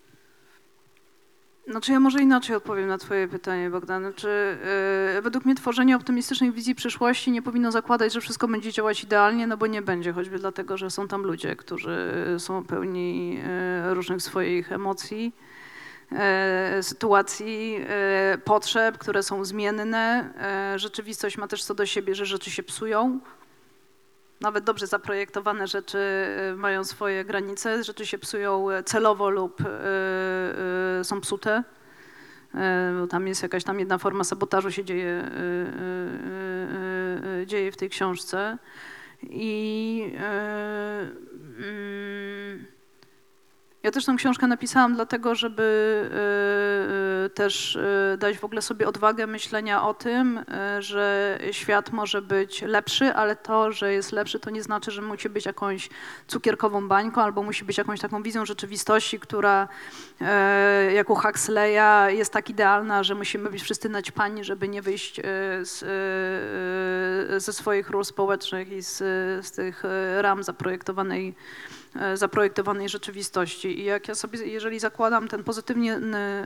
Znaczy ja może inaczej odpowiem na twoje pytanie, Bogdan. Znaczy, według mnie tworzenie optymistycznej wizji przyszłości nie powinno zakładać, że wszystko będzie działać idealnie, no bo nie będzie, choćby dlatego, że są tam ludzie, którzy są pełni różnych swoich emocji, sytuacji, potrzeb, które są zmienne. Rzeczywistość ma też co do siebie, że rzeczy się psują. Nawet dobrze zaprojektowane rzeczy mają swoje granice, rzeczy się psują celowo lub są psute. Tam jest jakaś tam jedna forma sabotażu się dzieje w tej książce. I ja też tę książkę napisałam dlatego, żeby też dać w ogóle sobie odwagę myślenia o tym, że świat może być lepszy, ale to, że jest lepszy, to nie znaczy, że musi być jakąś cukierkową bańką albo musi być jakąś taką wizją rzeczywistości, która jak u Huxleya jest tak idealna, że musimy być wszyscy naćpani, żeby nie wyjść ze swoich ról społecznych i z tych ram zaprojektowanej rzeczywistości. I jak ja sobie, jeżeli zakładam ten pozytywny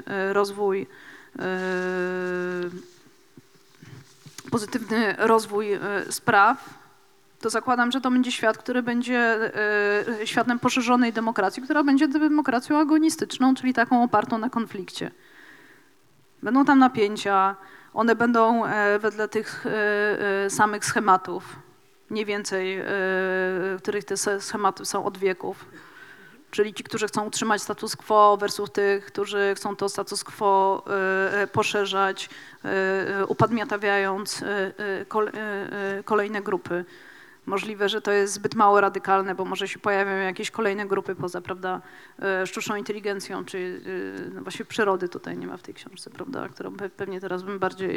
rozwój spraw, to zakładam, że to będzie świat, który będzie światem poszerzonej demokracji, która będzie demokracją agonistyczną, czyli taką opartą na konflikcie. Będą tam napięcia, one będą wedle tych samych schematów, mniej więcej, których te schematy są od wieków. Czyli ci, którzy chcą utrzymać status quo versus tych, którzy chcą to status quo poszerzać, upadmiatawiając kolejne grupy. Możliwe, że to jest zbyt mało radykalne, bo może się pojawią jakieś kolejne grupy poza, prawda, sztuczną inteligencją, czy no właśnie przyrody tutaj nie ma w tej książce, prawda, którą pewnie teraz bym bardziej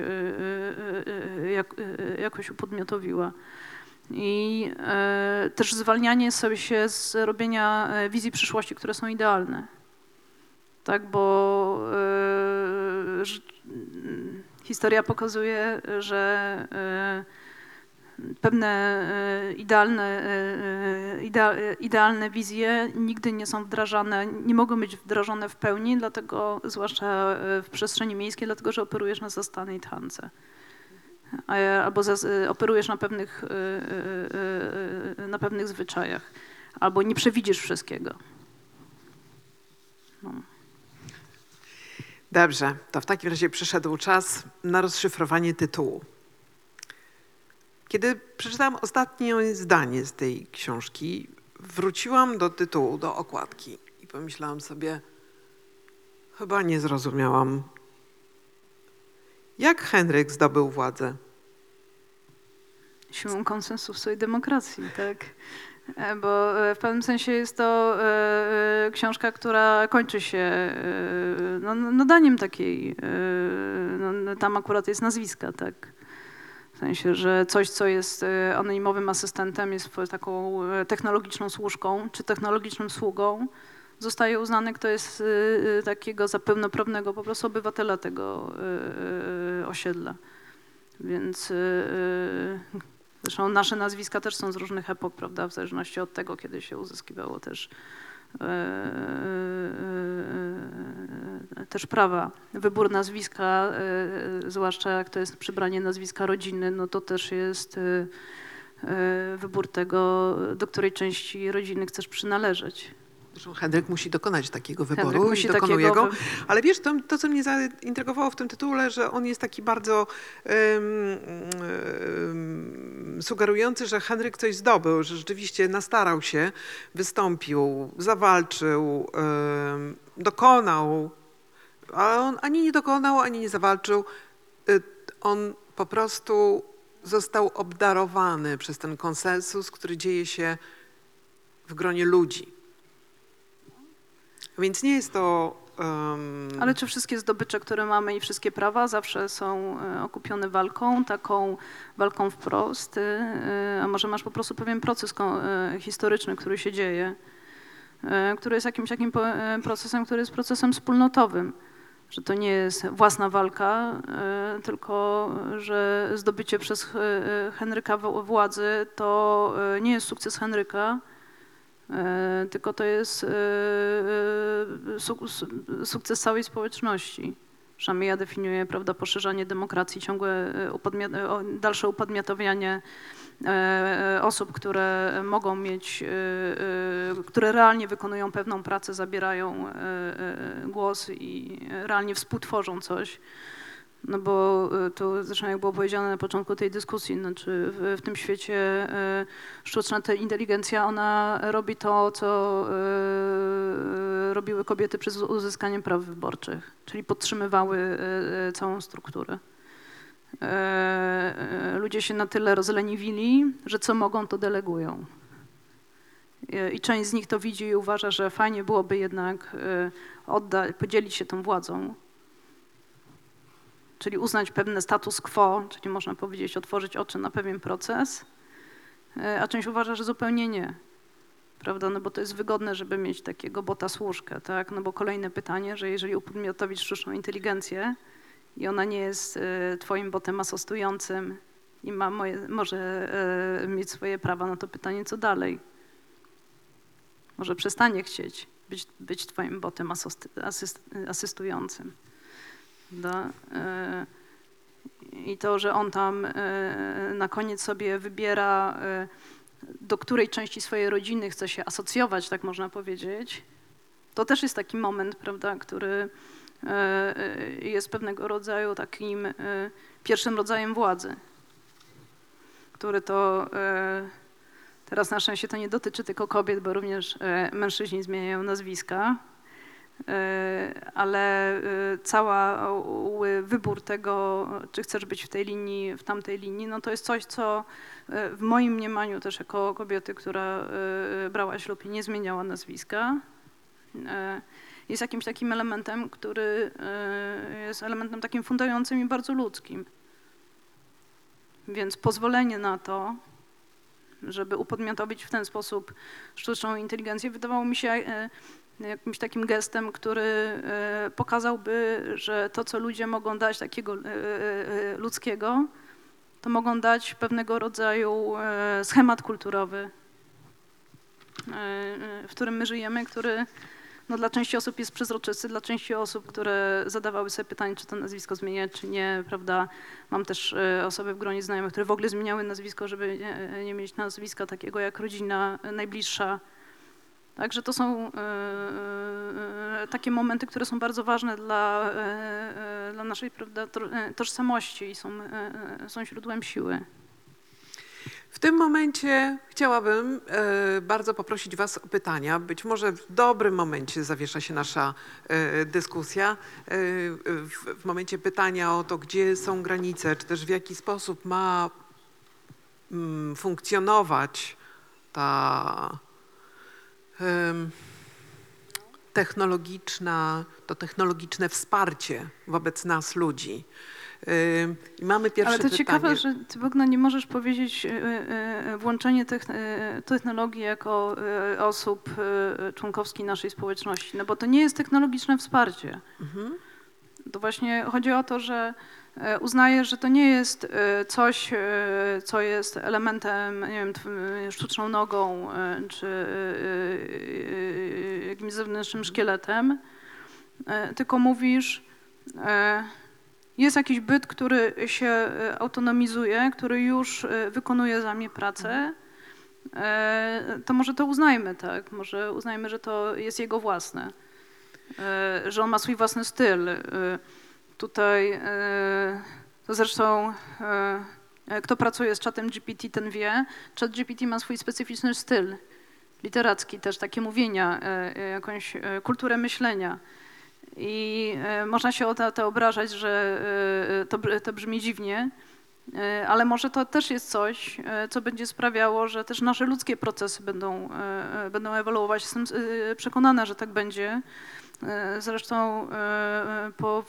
jakoś upodmiotowiła. I też zwalnianie sobie się z robienia wizji przyszłości, które są idealne. Tak, bo historia pokazuje, że pewne idealne wizje nigdy nie są wdrażane, nie mogą być wdrażane w pełni, dlatego, zwłaszcza w przestrzeni miejskiej, dlatego że operujesz na zastanej tchance. Albo operujesz na pewnych zwyczajach, albo nie przewidzisz wszystkiego. No. Dobrze, to w takim razie przyszedł czas na rozszyfrowanie tytułu. Kiedy przeczytałam ostatnie zdanie z tej książki, wróciłam do tytułu, do okładki i pomyślałam sobie, chyba nie zrozumiałam, jak Henryk zdobył władzę. Siłą konsensusu i demokracji, tak? Bo w pewnym sensie jest to książka, która kończy się nadaniem takiej, tam akurat jest nazwiska, tak? W sensie, że coś, co jest anonimowym asystentem, jest taką technologiczną służką, czy technologicznym sługą, zostaje uznany, kto jest takiego za pełnoprawnego po prostu obywatela tego osiedla. Więc zresztą nasze nazwiska też są z różnych epok, prawda, w zależności od tego, kiedy się uzyskiwało też prawa. Wybór nazwiska, zwłaszcza jak to jest przybranie nazwiska rodziny, no to też jest wybór tego, do której części rodziny chcesz przynależeć. Zresztą Henryk musi dokonać takiego Henryk wyboru musi i dokonuje takiego go. Ale wiesz, to, co mnie zaintrygowało w tym tytule, że on jest taki bardzo sugerujący, że Henryk coś zdobył, że rzeczywiście nastarał się, wystąpił, zawalczył, dokonał, ale on ani nie dokonał, ani nie zawalczył. On po prostu został obdarowany przez ten konsensus, który dzieje się w gronie ludzi. Więc nie jest to... Ale czy wszystkie zdobycze, które mamy i wszystkie prawa zawsze są okupione walką, taką walką wprost? A może masz po prostu pewien proces historyczny, który się dzieje, który jest jakimś takim procesem, który jest procesem wspólnotowym, że to nie jest własna walka, tylko że zdobycie przez Henryka władzy to nie jest sukces Henryka, tylko to jest sukces całej społeczności. Przynajmniej ja definiuję, prawda, poszerzanie demokracji, ciągłe dalsze upodmiotowianie osób, które mogą mieć, które realnie wykonują pewną pracę, zabierają głos i realnie współtworzą coś. No bo to zresztą jak było powiedziane na początku tej dyskusji, znaczy w tym świecie sztuczna inteligencja, ona robi to, co robiły kobiety przez uzyskanie praw wyborczych, czyli podtrzymywały całą strukturę. Ludzie się na tyle rozleniwili, że co mogą, to delegują. I część z nich to widzi i uważa, że fajnie byłoby jednak podzielić się tą władzą, czyli uznać pewne status quo, czyli można powiedzieć otworzyć oczy na pewien proces, a część uważa, że zupełnie nie, prawda, no bo to jest wygodne, żeby mieć takiego bota służkę, tak, no bo kolejne pytanie, że jeżeli upodmiotowić sztuczną inteligencję i ona nie jest twoim botem asystującym i może mieć swoje prawa, no to pytanie, co dalej? Może przestanie chcieć być twoim botem asystującym. I to, że on tam na koniec sobie wybiera, do której części swojej rodziny chce się asocjować, tak można powiedzieć, to też jest taki moment, prawda, który jest pewnego rodzaju takim pierwszym rodzajem władzy, który to teraz na szczęście to nie dotyczy tylko kobiet, bo również mężczyźni zmieniają nazwiska, ale cały wybór tego, czy chcesz być w tej linii, w tamtej linii, no to jest coś, co w moim mniemaniu też jako kobiety, która brała ślub i nie zmieniała nazwiska, jest jakimś takim elementem, który jest elementem takim fundującym i bardzo ludzkim. Więc pozwolenie na to, żeby upodmiotowić w ten sposób sztuczną inteligencję, wydawało mi się jakimś takim gestem, który pokazałby, że to, co ludzie mogą dać takiego ludzkiego, to mogą dać pewnego rodzaju schemat kulturowy, w którym my żyjemy, który no, dla części osób jest przezroczysty, dla części osób, które zadawały sobie pytanie, czy to nazwisko zmieniać, czy nie, prawda. Mam też osoby w gronie znajomych, które w ogóle zmieniały nazwisko, żeby nie mieć nazwiska takiego jak rodzina najbliższa. Także to są takie momenty, które są bardzo ważne dla naszej, prawda, tożsamości i są źródłem siły. W tym momencie chciałabym bardzo poprosić Was o pytania. Być może w dobrym momencie zawiesza się nasza dyskusja. W momencie pytania o to, gdzie są granice, czy też w jaki sposób ma funkcjonować to technologiczne wsparcie wobec nas, ludzi. I mamy pierwsze Ale to pytanie. ciekawe, że ty, Bogna, nie możesz powiedzieć włączenie technologii jako osób członkowskich naszej społeczności, no bo to nie jest technologiczne wsparcie. To właśnie chodzi o to, że uznajesz, że to nie jest coś, co jest elementem, nie wiem, sztuczną nogą czy jakimś zewnętrznym szkieletem, tylko mówisz, jest jakiś byt, który się autonomizuje, który już wykonuje za mnie pracę, to może to uznajmy, tak? Może uznajmy, że to jest jego własne, że on ma swój własny styl. Tutaj to zresztą kto pracuje z czatem GPT, ten wie. Chat GPT ma swój specyficzny styl literacki, też takie mówienia, jakąś kulturę myślenia. I można się o to obrażać, że to brzmi dziwnie, ale może to też jest coś, co będzie sprawiało, że też nasze ludzkie procesy będą ewoluować. Jestem przekonana, że tak będzie. Zresztą po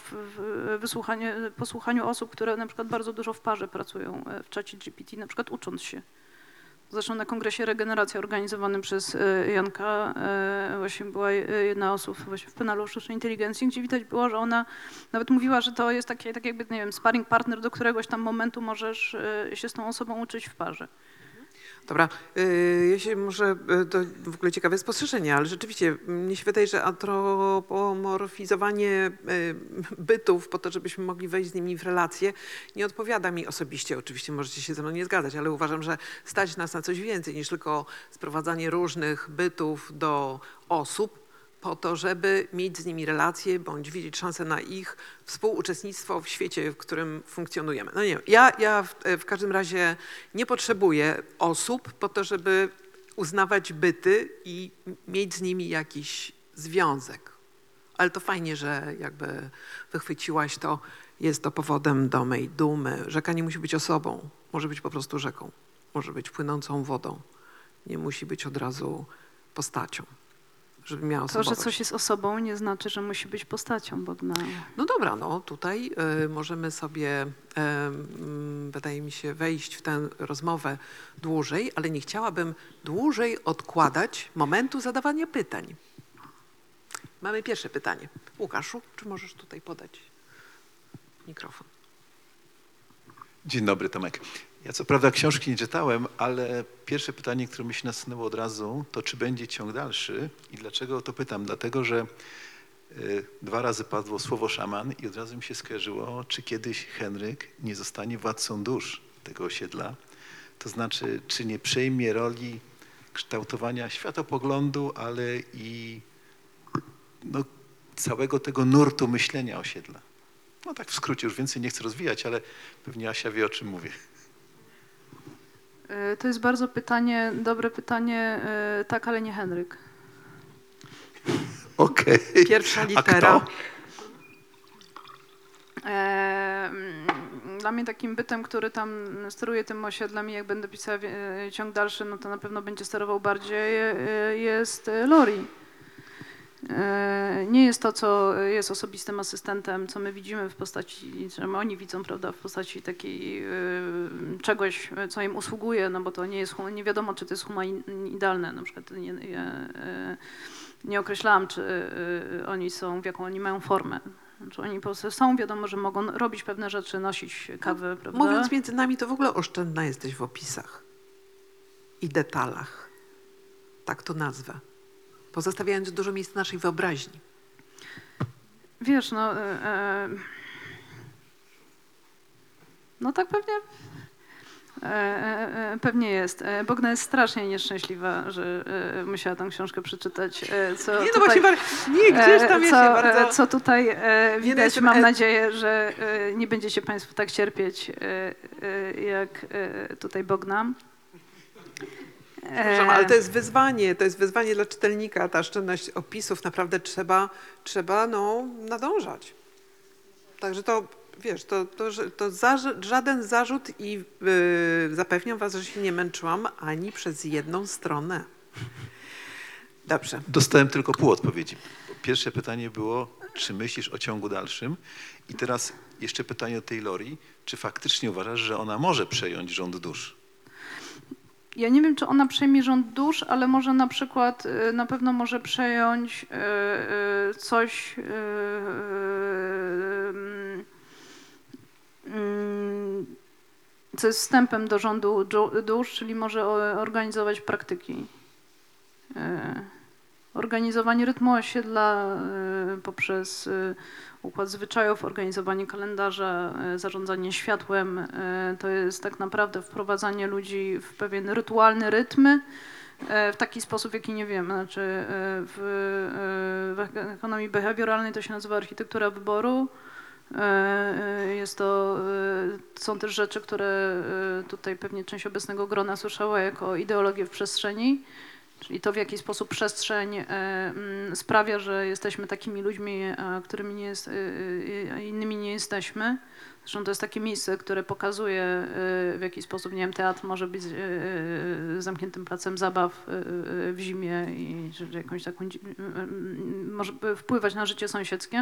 posłuchaniu osób, które na przykład bardzo dużo w parze pracują w czacie GPT, na przykład ucząc się. Zresztą na kongresie Regeneracja organizowanym przez Janka właśnie była jedna osób właśnie w panelu o sztucznej inteligencji, gdzie widać było, że ona nawet mówiła, że to jest tak jakby, nie wiem, sparring partner, do któregoś tam momentu możesz się z tą osobą uczyć w parze. Dobra, ja się może, to w ogóle ciekawe spostrzeżenie, ale rzeczywiście mnie się wydaje, że antropomorfizowanie bytów po to, żebyśmy mogli wejść z nimi w relacje, nie odpowiada mi osobiście. Oczywiście możecie się ze mną nie zgadzać, ale uważam, że stać nas na coś więcej niż tylko sprowadzanie różnych bytów do osób po to, żeby mieć z nimi relacje bądź widzieć szansę na ich współuczestnictwo w świecie, w którym funkcjonujemy. No nie wiem, ja w każdym razie nie potrzebuję osób po to, żeby uznawać byty i mieć z nimi jakiś związek. Ale to fajnie, że jakby wychwyciłaś to, jest to powodem do mej dumy. Rzeka nie musi być osobą, może być po prostu rzeką, może być płynącą wodą, nie musi być od razu postacią. Żeby miała To, że osobowość. coś jest osobą, nie znaczy, że musi być postacią, bo No dobra, no tutaj możemy sobie, wydaje mi się, wejść w tę rozmowę dłużej, ale nie chciałabym dłużej odkładać momentu zadawania pytań. Mamy pierwsze pytanie. Łukaszu, czy możesz tutaj podać mikrofon? Dzień dobry, Tomek. Ja co prawda książki nie czytałem, ale pierwsze pytanie, które mi się nasunęło od razu, to czy będzie ciąg dalszy i dlaczego o to pytam? Dlatego, że 2 razy padło słowo szaman i od razu mi się skojarzyło, czy kiedyś Henryk nie zostanie władcą dusz tego osiedla, to znaczy, czy nie przejmie roli kształtowania światopoglądu, ale i no, całego tego nurtu myślenia osiedla. No tak w skrócie, już więcej nie chcę rozwijać, ale pewnie Asia wie, o czym mówię. to jest bardzo dobre pytanie, tak, ale nie Henryk. Okej. Pierwsza A litera. kto? Dla mnie takim bytem, który tam steruje tym osiedlem i jak będę pisała ciąg dalszy, no to na pewno będzie sterował bardziej, jest Lori. Nie jest to, co jest osobistym asystentem, co my widzimy w postaci, że oni widzą, prawda, w postaci takiej czegoś, co im usługuje, no bo to nie jest, nie wiadomo, czy to jest humanoidalne. Na przykład nie określałam, czy oni są, w jaką oni mają formę. Znaczy oni po prostu są, wiadomo, że mogą robić pewne rzeczy, nosić kawę, prawda? Mówiąc między nami, to w ogóle oszczędna jesteś w opisach i detalach. Tak to nazwę. Pozostawiając dużo miejsca naszej wyobraźni. Wiesz, no tak pewnie jest. Bogna jest strasznie nieszczęśliwa, że musiała tę książkę przeczytać. Co Nie, no tutaj, właśnie, nie, gdzieś tam jest bardzo... Co tutaj widać, jestem mam nadzieję, że nie będziecie Państwo tak cierpieć, jak tutaj Bogna. Przepraszam, ale to jest wyzwanie dla czytelnika, ta oszczędność opisów, naprawdę trzeba nadążać. Także to, wiesz, żaden zarzut i zapewniam was, że się nie męczyłam ani przez jedną stronę. Dobrze. Dostałem tylko pół odpowiedzi. Pierwsze pytanie było, czy myślisz o ciągu dalszym? I teraz jeszcze pytanie o tej Lori. Czy faktycznie uważasz, że ona może przejąć rząd dusz? Ja nie wiem, czy ona przejmie rząd dusz, ale może na przykład, na pewno może przejąć coś, co jest wstępem do rządu dusz, czyli może organizować praktyki. Organizowanie rytmu osiedla poprzez układ zwyczajów, organizowanie kalendarza, zarządzanie światłem, to jest tak naprawdę wprowadzanie ludzi w pewien rytualny rytm w taki sposób, jaki nie wiem, znaczy w ekonomii behawioralnej to się nazywa architektura wyboru. Są też rzeczy, które tutaj pewnie część obecnego grona słyszała jako ideologię w przestrzeni. Czyli to, w jaki sposób przestrzeń sprawia, że jesteśmy takimi ludźmi, którymi nie jest, a innymi nie jesteśmy. Zresztą to jest takie miejsce, które pokazuje, w jaki sposób, nie wiem, teatr może być zamkniętym placem zabaw w zimie i że jakąś taką, może wpływać na życie sąsiedzkie.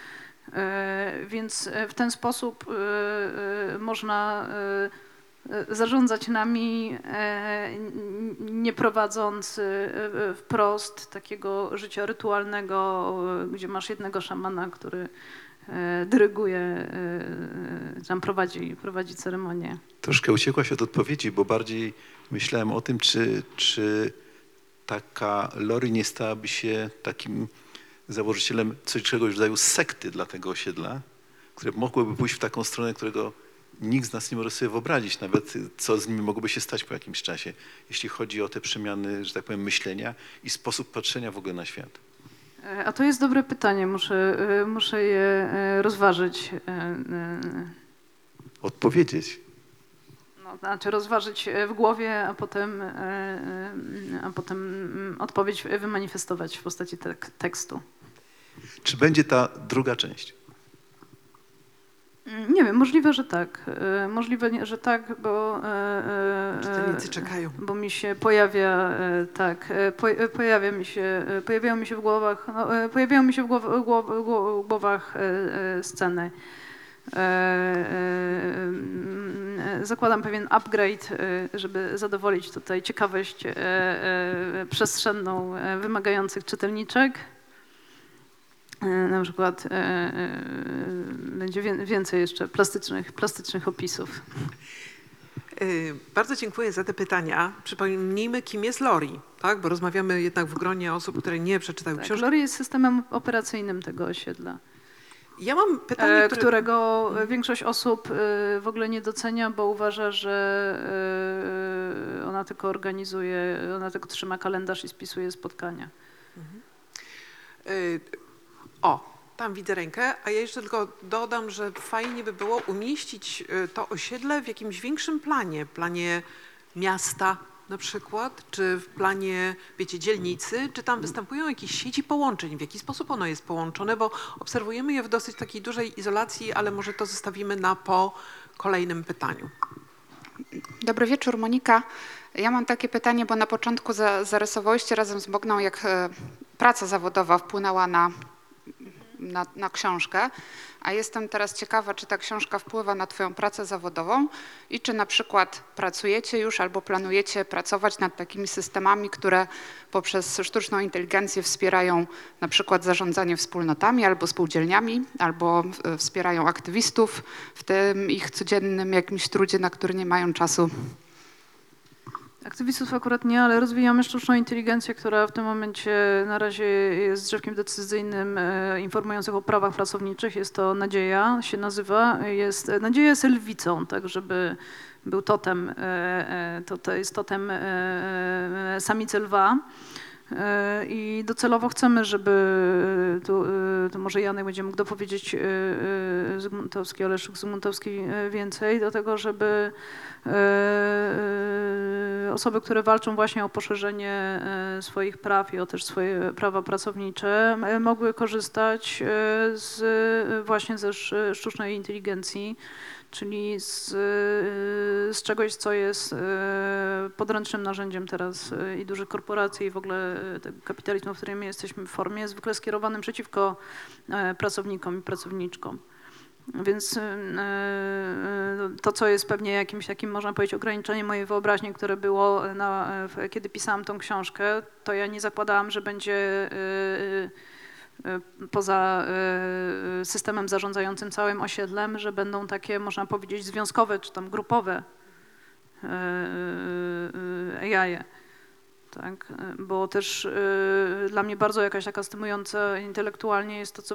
Więc w ten sposób można zarządzać nami, nie prowadząc wprost takiego życia rytualnego, gdzie masz jednego szamana, który dyryguje, tam prowadzi ceremonię. Troszkę uciekłaś od odpowiedzi, bo bardziej myślałem o tym, czy taka Lori nie stałaby się takim założycielem czegoś w rodzaju sekty dla tego osiedla, które mogłoby pójść w taką stronę, którego nikt z nas nie może sobie wyobrazić nawet, co z nimi mogłoby się stać po jakimś czasie, jeśli chodzi o te przemiany, że tak powiem, myślenia i sposób patrzenia w ogóle na świat. A to jest dobre pytanie, muszę je rozważyć. Odpowiedzieć. No, znaczy rozważyć w głowie, a potem odpowiedź wymanifestować w postaci tekstu. Czy będzie ta druga część? Nie wiem, możliwe, że tak. Możliwe, że tak, bo czytelnicy czekają. Bo mi się pojawia, tak, pojawiają mi się w głowach sceny. Zakładam pewien upgrade, żeby zadowolić tutaj ciekawość przestrzenną wymagających czytelniczek. Na przykład będzie więcej jeszcze plastycznych opisów. Bardzo dziękuję za te pytania. Przypomnijmy, kim jest Lori, tak? Bo rozmawiamy jednak w gronie osób, które nie przeczytały książki. Lori jest systemem operacyjnym tego osiedla. Ja mam pytanie, którego większość osób w ogóle nie docenia, bo uważa, że ona tylko organizuje, ona tylko trzyma kalendarz i spisuje spotkania. Tam widzę rękę, a ja jeszcze tylko dodam, że fajnie by było umieścić to osiedle w jakimś większym planie miasta na przykład, czy w planie, wiecie, dzielnicy, czy tam występują jakieś sieci połączeń, w jaki sposób ono jest połączone, bo obserwujemy je w dosyć takiej dużej izolacji, ale może to zostawimy po kolejnym pytaniu. Dobry wieczór, Monika. Ja mam takie pytanie, bo na początku zarysowałyście razem z Bogną, jak praca zawodowa wpłynęła na książkę, a jestem teraz ciekawa, czy ta książka wpływa na twoją pracę zawodową i czy na przykład pracujecie już albo planujecie pracować nad takimi systemami, które poprzez sztuczną inteligencję wspierają na przykład zarządzanie wspólnotami albo spółdzielniami, albo wspierają aktywistów w tym ich codziennym jakimś trudzie, na który nie mają czasu. Aktywistów akurat nie, ale rozwijamy sztuczną inteligencję, która w tym momencie na razie jest drzewkiem decyzyjnym informujących o prawach pracowniczych. Jest to Nadzieja, się nazywa. Nadzieja jest lwicą, tak żeby był totem, to jest totem samicy lwa. I docelowo chcemy, żeby, tu może Janek będzie mógł dopowiedzieć, Zygmuntowski, Oleszuk Zygmuntowski więcej, do tego, żeby osoby, które walczą właśnie o poszerzenie swoich praw i o też swoje prawa pracownicze, mogły korzystać właśnie ze sztucznej inteligencji, czyli z czegoś, co jest podręcznym narzędziem teraz i dużych korporacji, i w ogóle tego kapitalizmu, w którym my jesteśmy w formie, zwykle skierowanym przeciwko pracownikom i pracowniczkom. Więc to, co jest pewnie jakimś takim, można powiedzieć, ograniczeniem mojej wyobraźni, które było, kiedy pisałam tą książkę, to ja nie zakładałam, że będzie poza systemem zarządzającym całym osiedlem, że będą takie, można powiedzieć, związkowe czy tam grupowe AI-e. Tak, bo też dla mnie bardzo jakaś taka stymulująca intelektualnie jest to,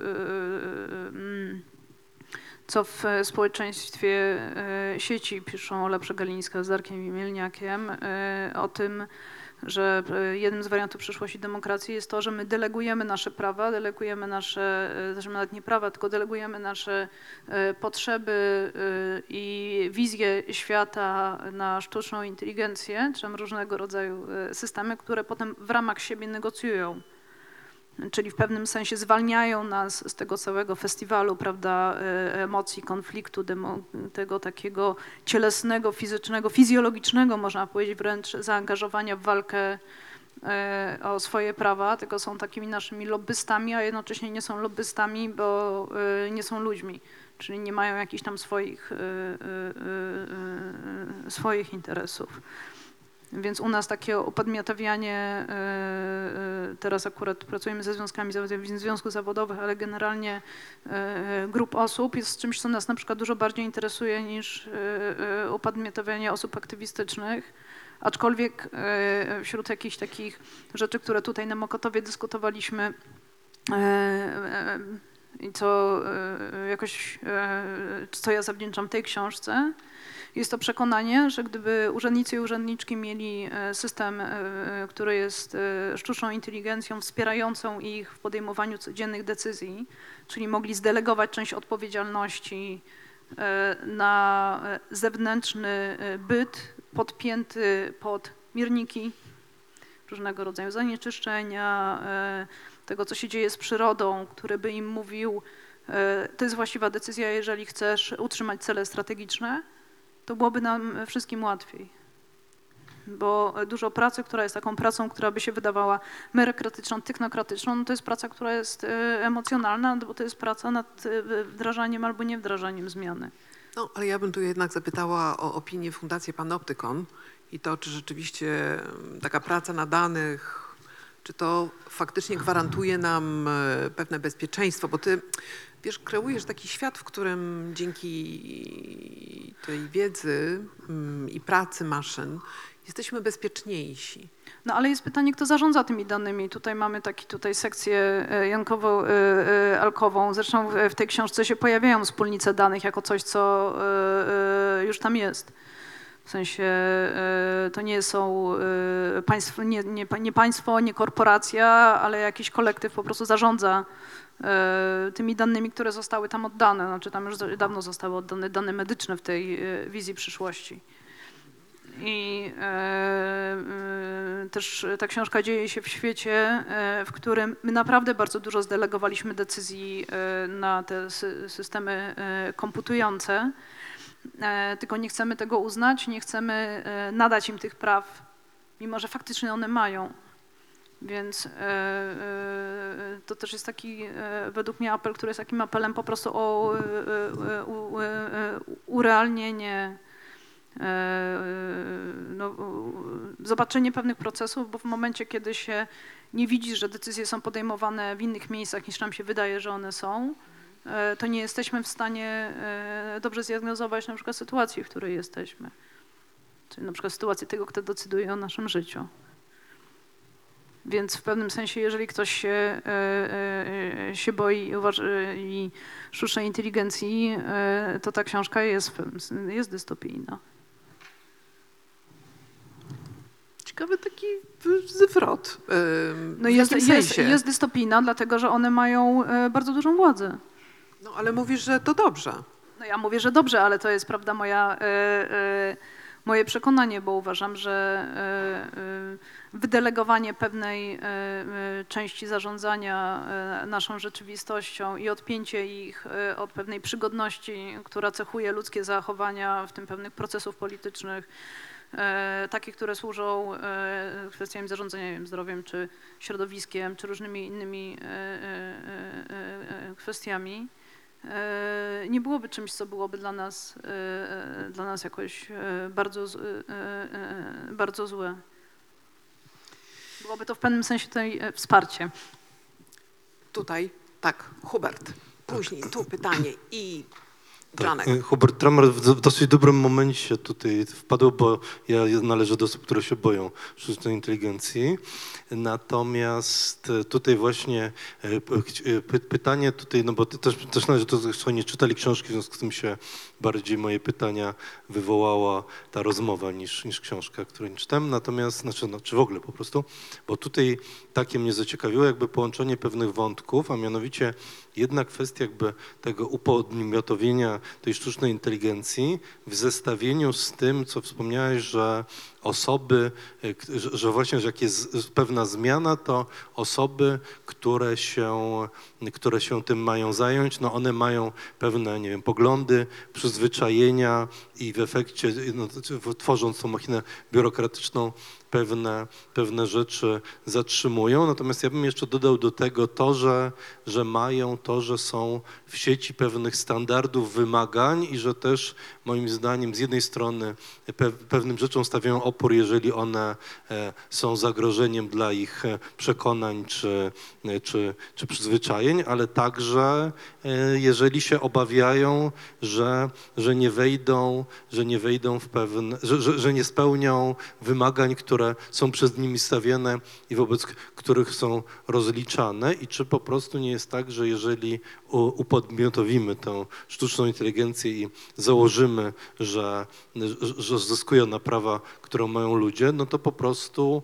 co w społeczeństwie sieci piszą Ola Przegalińska z Darkiem Mielniakiem o tym, że jednym z wariantów przyszłości demokracji jest to, że my delegujemy nasze prawa, delegujemy nasze, zresztą nawet nie prawa, tylko delegujemy nasze potrzeby i wizję świata na sztuczną inteligencję, czy tam różnego rodzaju systemy, które potem w ramach siebie negocjują. Czyli w pewnym sensie zwalniają nas z tego całego festiwalu, prawda, emocji, konfliktu, tego takiego cielesnego, fizycznego, fizjologicznego, można powiedzieć, wręcz zaangażowania w walkę o swoje prawa, tylko są takimi naszymi lobbystami, a jednocześnie nie są lobbystami, bo nie są ludźmi, czyli nie mają jakichś tam swoich interesów. Więc u nas takie upodmiotawianie, teraz akurat pracujemy ze związkami zawodowymi, związków zawodowych, ale generalnie grup osób jest czymś, co nas na przykład dużo bardziej interesuje niż upodmiotawianie osób aktywistycznych. Aczkolwiek wśród jakichś takich rzeczy, które tutaj na Mokotowie dyskutowaliśmy i co ja zawdzięczam tej książce, jest to przekonanie, że gdyby urzędnicy i urzędniczki mieli system, który jest sztuczną inteligencją wspierającą ich w podejmowaniu codziennych decyzji, czyli mogli zdelegować część odpowiedzialności na zewnętrzny byt podpięty pod mierniki różnego rodzaju zanieczyszczenia, tego, co się dzieje z przyrodą, który by im mówił, to jest właściwa decyzja, jeżeli chcesz utrzymać cele strategiczne, to byłoby nam wszystkim łatwiej. Bo dużo pracy, która jest taką pracą, która by się wydawała merokratyczną, technokratyczną, no to jest praca, która jest emocjonalna, bo to jest praca nad wdrażaniem albo niewdrażaniem zmiany. No, ale ja bym tu jednak zapytała o opinię Fundacji Panoptykon i to, czy rzeczywiście taka praca na danych, czy to faktycznie gwarantuje nam pewne bezpieczeństwo, bo ty, wiesz, kreujesz taki świat, w którym dzięki tej wiedzy i pracy maszyn jesteśmy bezpieczniejsi. No ale jest pytanie, kto zarządza tymi danymi. Tutaj mamy tutaj sekcję jankowo-alkową. Zresztą w tej książce się pojawiają wspólnice danych jako coś, co już tam jest. W sensie to nie są nie państwo, nie korporacja, ale jakiś kolektyw po prostu zarządza tymi danymi, które zostały tam oddane. Znaczy tam już dawno zostały oddane dane medyczne w tej wizji przyszłości. I też ta książka dzieje się w świecie, w którym my naprawdę bardzo dużo zdelegowaliśmy decyzji na te systemy komputujące, tylko nie chcemy tego uznać, nie chcemy nadać im tych praw, mimo że faktycznie one mają. Więc to też jest taki według mnie apel, który jest takim apelem po prostu o urealnienie, zobaczenie pewnych procesów, bo w momencie, kiedy się nie widzi, że decyzje są podejmowane w innych miejscach niż nam się wydaje, że one są, to nie jesteśmy w stanie dobrze zdiagnozować na przykład sytuacji, w której jesteśmy. Czyli na przykład sytuacji tego, kto decyduje o naszym życiu. Więc w pewnym sensie, jeżeli ktoś się boi i sztucznej inteligencji, to ta książka jest dystopijna. Ciekawy taki zwrot. No w jakim sensie? jest dystopijna, dlatego że one mają bardzo dużą władzę. No ale mówisz, że to dobrze. No ja mówię, że dobrze, ale to jest prawda moje przekonanie, bo uważam, że wydelegowanie pewnej części zarządzania naszą rzeczywistością i odpięcie ich od pewnej przygodności, która cechuje ludzkie zachowania, w tym pewnych procesów politycznych, takie, które służą kwestiami zarządzania, nie wiem, zdrowiem, czy środowiskiem, czy różnymi innymi kwestiami, nie byłoby czymś, co byłoby dla nas jakoś bardzo złe. Byłoby to w pewnym sensie tutaj wsparcie. Tutaj, tak, Hubert. Później, tu pytanie i Janek. Hubert Tramer w dosyć dobrym momencie tutaj wpadł, bo ja należę do osób, które się boją sztucznej inteligencji. Natomiast tutaj właśnie pytanie tutaj, no bo też należy do tych, co nie czytali książki, w związku z tym się bardziej moje pytania wywołała ta rozmowa niż książka, której nie czytałem. Natomiast, czy w ogóle po prostu, bo tutaj takie mnie zaciekawiło jakby połączenie pewnych wątków, a mianowicie jedna kwestia jakby tego upodmiotowienia tej sztucznej inteligencji w zestawieniu z tym, co wspomniałeś, że osoby, że właśnie, że jak jest pewna zmiana, to osoby, które się tym mają zająć, no one mają pewne, nie wiem, poglądy, przyzwyczajenia i w efekcie, no, tworząc tą machinę biurokratyczną, pewne rzeczy zatrzymują. Natomiast ja bym jeszcze dodał do tego to, że mają to, że są w sieci pewnych standardów, wymagań i że też moim zdaniem z jednej strony pewnym rzeczom stawiają opór, jeżeli one są zagrożeniem dla ich przekonań czy przyzwyczajeń, ale także jeżeli się obawiają, że nie wejdą w pewne, że nie spełnią wymagań, które są przez nimi stawiane i wobec których są rozliczane i czy po prostu nie jest tak, że jeżeli upodmiotowimy tę sztuczną inteligencję i założymy, że zyskują na prawa, którą mają ludzie, no to po prostu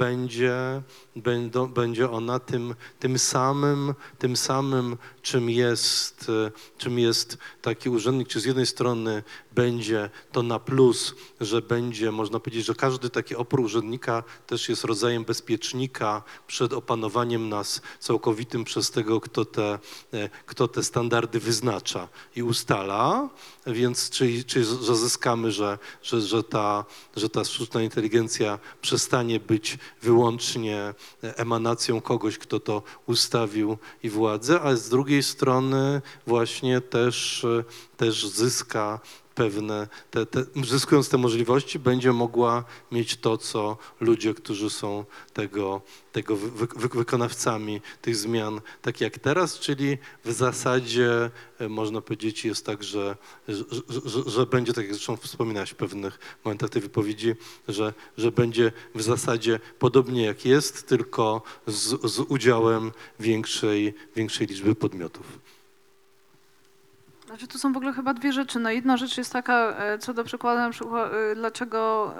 będzie ona tym samym, czym jest taki urzędnik, czy z jednej strony będzie to na plus, że będzie, można powiedzieć, że każdy taki opór urzędnika też jest rodzajem bezpiecznika przed opanowaniem nas całkowitym przez tego, kto te standardy wyznacza i ustala, więc czy zyskamy, że ta sztuczna inteligencja przestanie być wyłącznie emanacją kogoś, kto to ustawił i władzę, a z drugiej strony właśnie też zyska pewne, zyskując te możliwości, będzie mogła mieć to, co ludzie, którzy są tego wykonawcami tych zmian, tak jak teraz, czyli w zasadzie można powiedzieć jest tak, że będzie, tak jak zresztą wspominałeś w pewnych momentach tej wypowiedzi, że będzie w zasadzie podobnie jak jest, tylko z udziałem większej liczby podmiotów. Znaczy, to są w ogóle chyba dwie rzeczy. No, jedna rzecz jest taka, co do przykładu, na przykład, dlaczego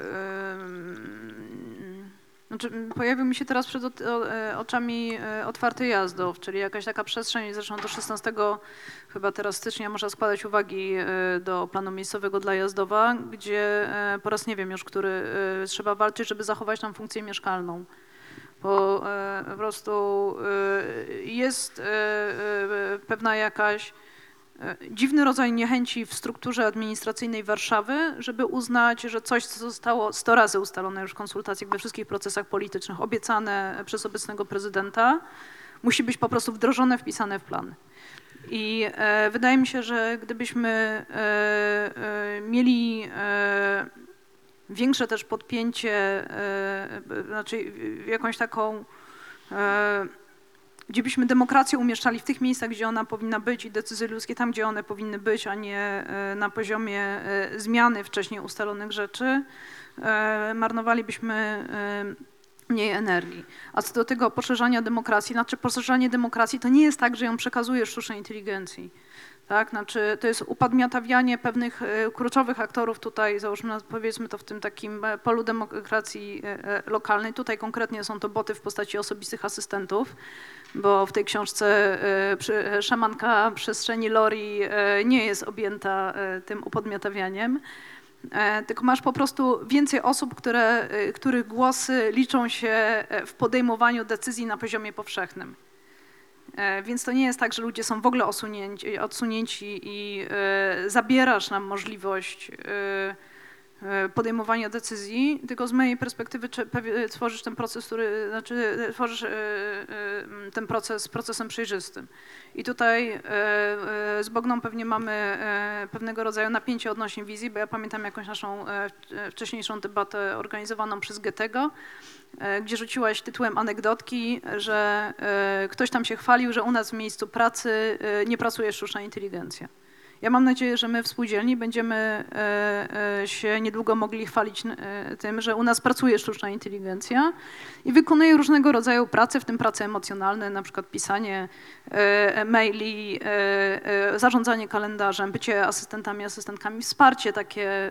znaczy, pojawił mi się teraz przed oczami otwarty Jazdow, czyli jakaś taka przestrzeń, zresztą do 16 chyba teraz stycznia można składać uwagi do planu miejscowego dla Jazdowa, gdzie po raz nie wiem już, który trzeba walczyć, żeby zachować tam funkcję mieszkalną. Bo po prostu jest pewna jakaś dziwny rodzaj niechęci w strukturze administracyjnej Warszawy, żeby uznać, że coś, co zostało 100 razy ustalone już w konsultacjach we wszystkich procesach politycznych, obiecane przez obecnego prezydenta, musi być po prostu wdrożone, wpisane w plan. I wydaje mi się, że gdybyśmy mieli większe też podpięcie, znaczy jakąś taką, gdzie byśmy demokrację umieszczali w tych miejscach, gdzie ona powinna być i decyzje ludzkie tam, gdzie one powinny być, a nie na poziomie zmiany wcześniej ustalonych rzeczy, marnowalibyśmy mniej energii. A co do tego poszerzania demokracji, znaczy poszerzanie demokracji to nie jest tak, że ją przekazuje sztucznej inteligencji. Tak? Znaczy, to jest upodmiotawianie pewnych kluczowych aktorów tutaj, załóżmy, powiedzmy to w tym takim polu demokracji lokalnej. Tutaj konkretnie są to boty w postaci osobistych asystentów, bo w tej książce szamanka przestrzeni Lori nie jest objęta tym upodmiotawianiem. Tylko masz po prostu więcej osób, których głosy liczą się w podejmowaniu decyzji na poziomie powszechnym. Więc to nie jest tak, że ludzie są w ogóle odsunięci i zabierasz nam możliwość podejmowania decyzji, tylko z mojej perspektywy tworzysz ten proces, tworzysz ten proces procesem przejrzystym. I tutaj z Bogną pewnie mamy pewnego rodzaju napięcie odnośnie wizji, bo ja pamiętam jakąś naszą wcześniejszą debatę organizowaną przez Goethego, gdzie rzuciłaś tytułem anegdotki, że ktoś tam się chwalił, że u nas w miejscu pracy nie pracuje sztuczna inteligencja. Ja mam nadzieję, że my w spółdzielni będziemy się niedługo mogli chwalić tym, że u nas pracuje sztuczna inteligencja i wykonuje różnego rodzaju prace, w tym prace emocjonalne, na przykład pisanie maili, zarządzanie kalendarzem, bycie asystentami, asystentkami, wsparcie takie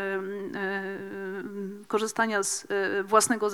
korzystania z własnego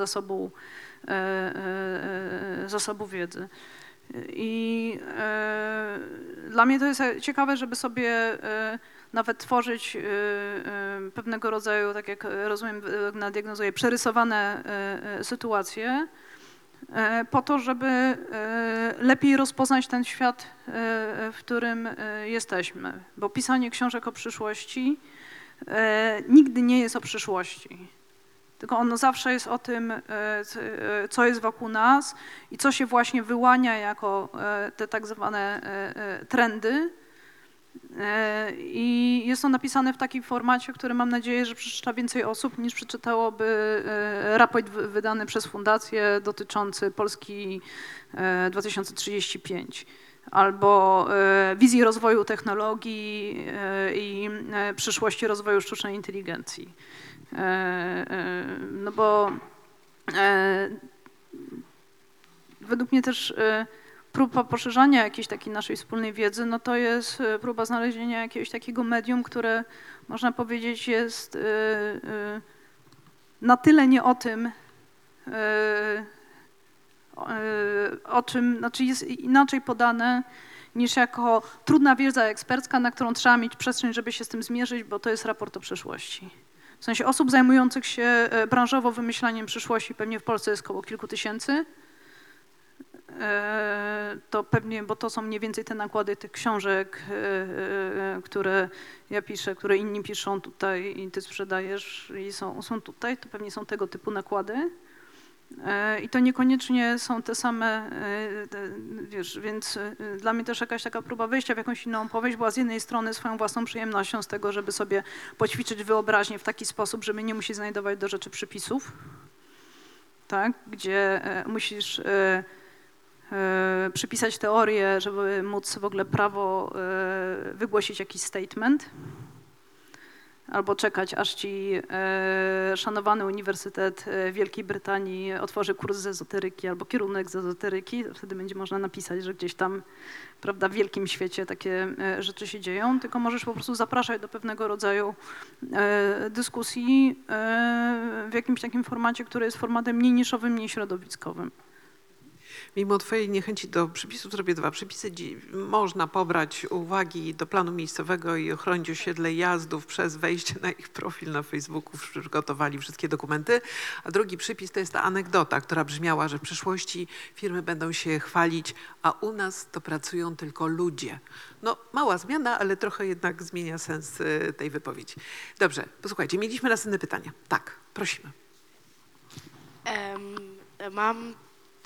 zasobu wiedzy. I dla mnie to jest ciekawe, żeby sobie nawet tworzyć pewnego rodzaju, tak jak rozumiem, diagnozuję, przerysowane sytuacje po to, żeby lepiej rozpoznać ten świat, w którym jesteśmy. Bo pisanie książek o przyszłości nigdy nie jest o przyszłości. Tylko ono zawsze jest o tym, co jest wokół nas i co się właśnie wyłania jako te tak zwane trendy. I jest to napisane w takim formacie, który mam nadzieję, że przeczyta więcej osób niż przeczytałoby raport wydany przez Fundację dotyczący Polski 2035. Albo wizji rozwoju technologii i przyszłości rozwoju sztucznej inteligencji. No bo według mnie też próba poszerzania jakiejś takiej naszej wspólnej wiedzy, no to jest próba znalezienia jakiegoś takiego medium, które można powiedzieć jest na tyle nie o tym, o czym, znaczy jest inaczej podane niż jako trudna wiedza ekspercka, na którą trzeba mieć przestrzeń, żeby się z tym zmierzyć, bo to jest raport o przyszłości. W sensie osób zajmujących się branżowo wymyślaniem przyszłości pewnie w Polsce jest około kilku tysięcy. To pewnie, bo to są mniej więcej te nakłady tych książek, które ja piszę, które inni piszą tutaj i ty sprzedajesz i są tutaj, to pewnie są tego typu nakłady. I to niekoniecznie są te same, wiesz, więc dla mnie też jakaś taka próba wejścia w jakąś inną opowieść była z jednej strony swoją własną przyjemnością z tego, żeby sobie poćwiczyć wyobraźnię w taki sposób, żeby nie musieć znajdować do rzeczy przypisów, tak, gdzie musisz przypisać teorię, żeby móc w ogóle prawo wygłosić jakiś statement, albo czekać, aż ci szanowany Uniwersytet Wielkiej Brytanii otworzy kurs z ezoteryki albo kierunek z ezoteryki. Wtedy będzie można napisać, że gdzieś tam, prawda, w wielkim świecie takie rzeczy się dzieją, tylko możesz po prostu zapraszać do pewnego rodzaju dyskusji w jakimś takim formacie, który jest formatem mniej niszowym, mniej środowiskowym. Mimo twojej niechęci do przypisów zrobię 2 przypisy. Można pobrać uwagi do planu miejscowego i ochronić osiedle Jazdów przez wejście na ich profil na Facebooku. Przygotowali wszystkie dokumenty. A drugi przypis to jest ta anegdota, która brzmiała, że w przyszłości firmy będą się chwalić, a u nas to pracują tylko ludzie. No mała zmiana, ale trochę jednak zmienia sens tej wypowiedzi. Dobrze, posłuchajcie, mieliśmy następne pytania. Tak, prosimy. Mam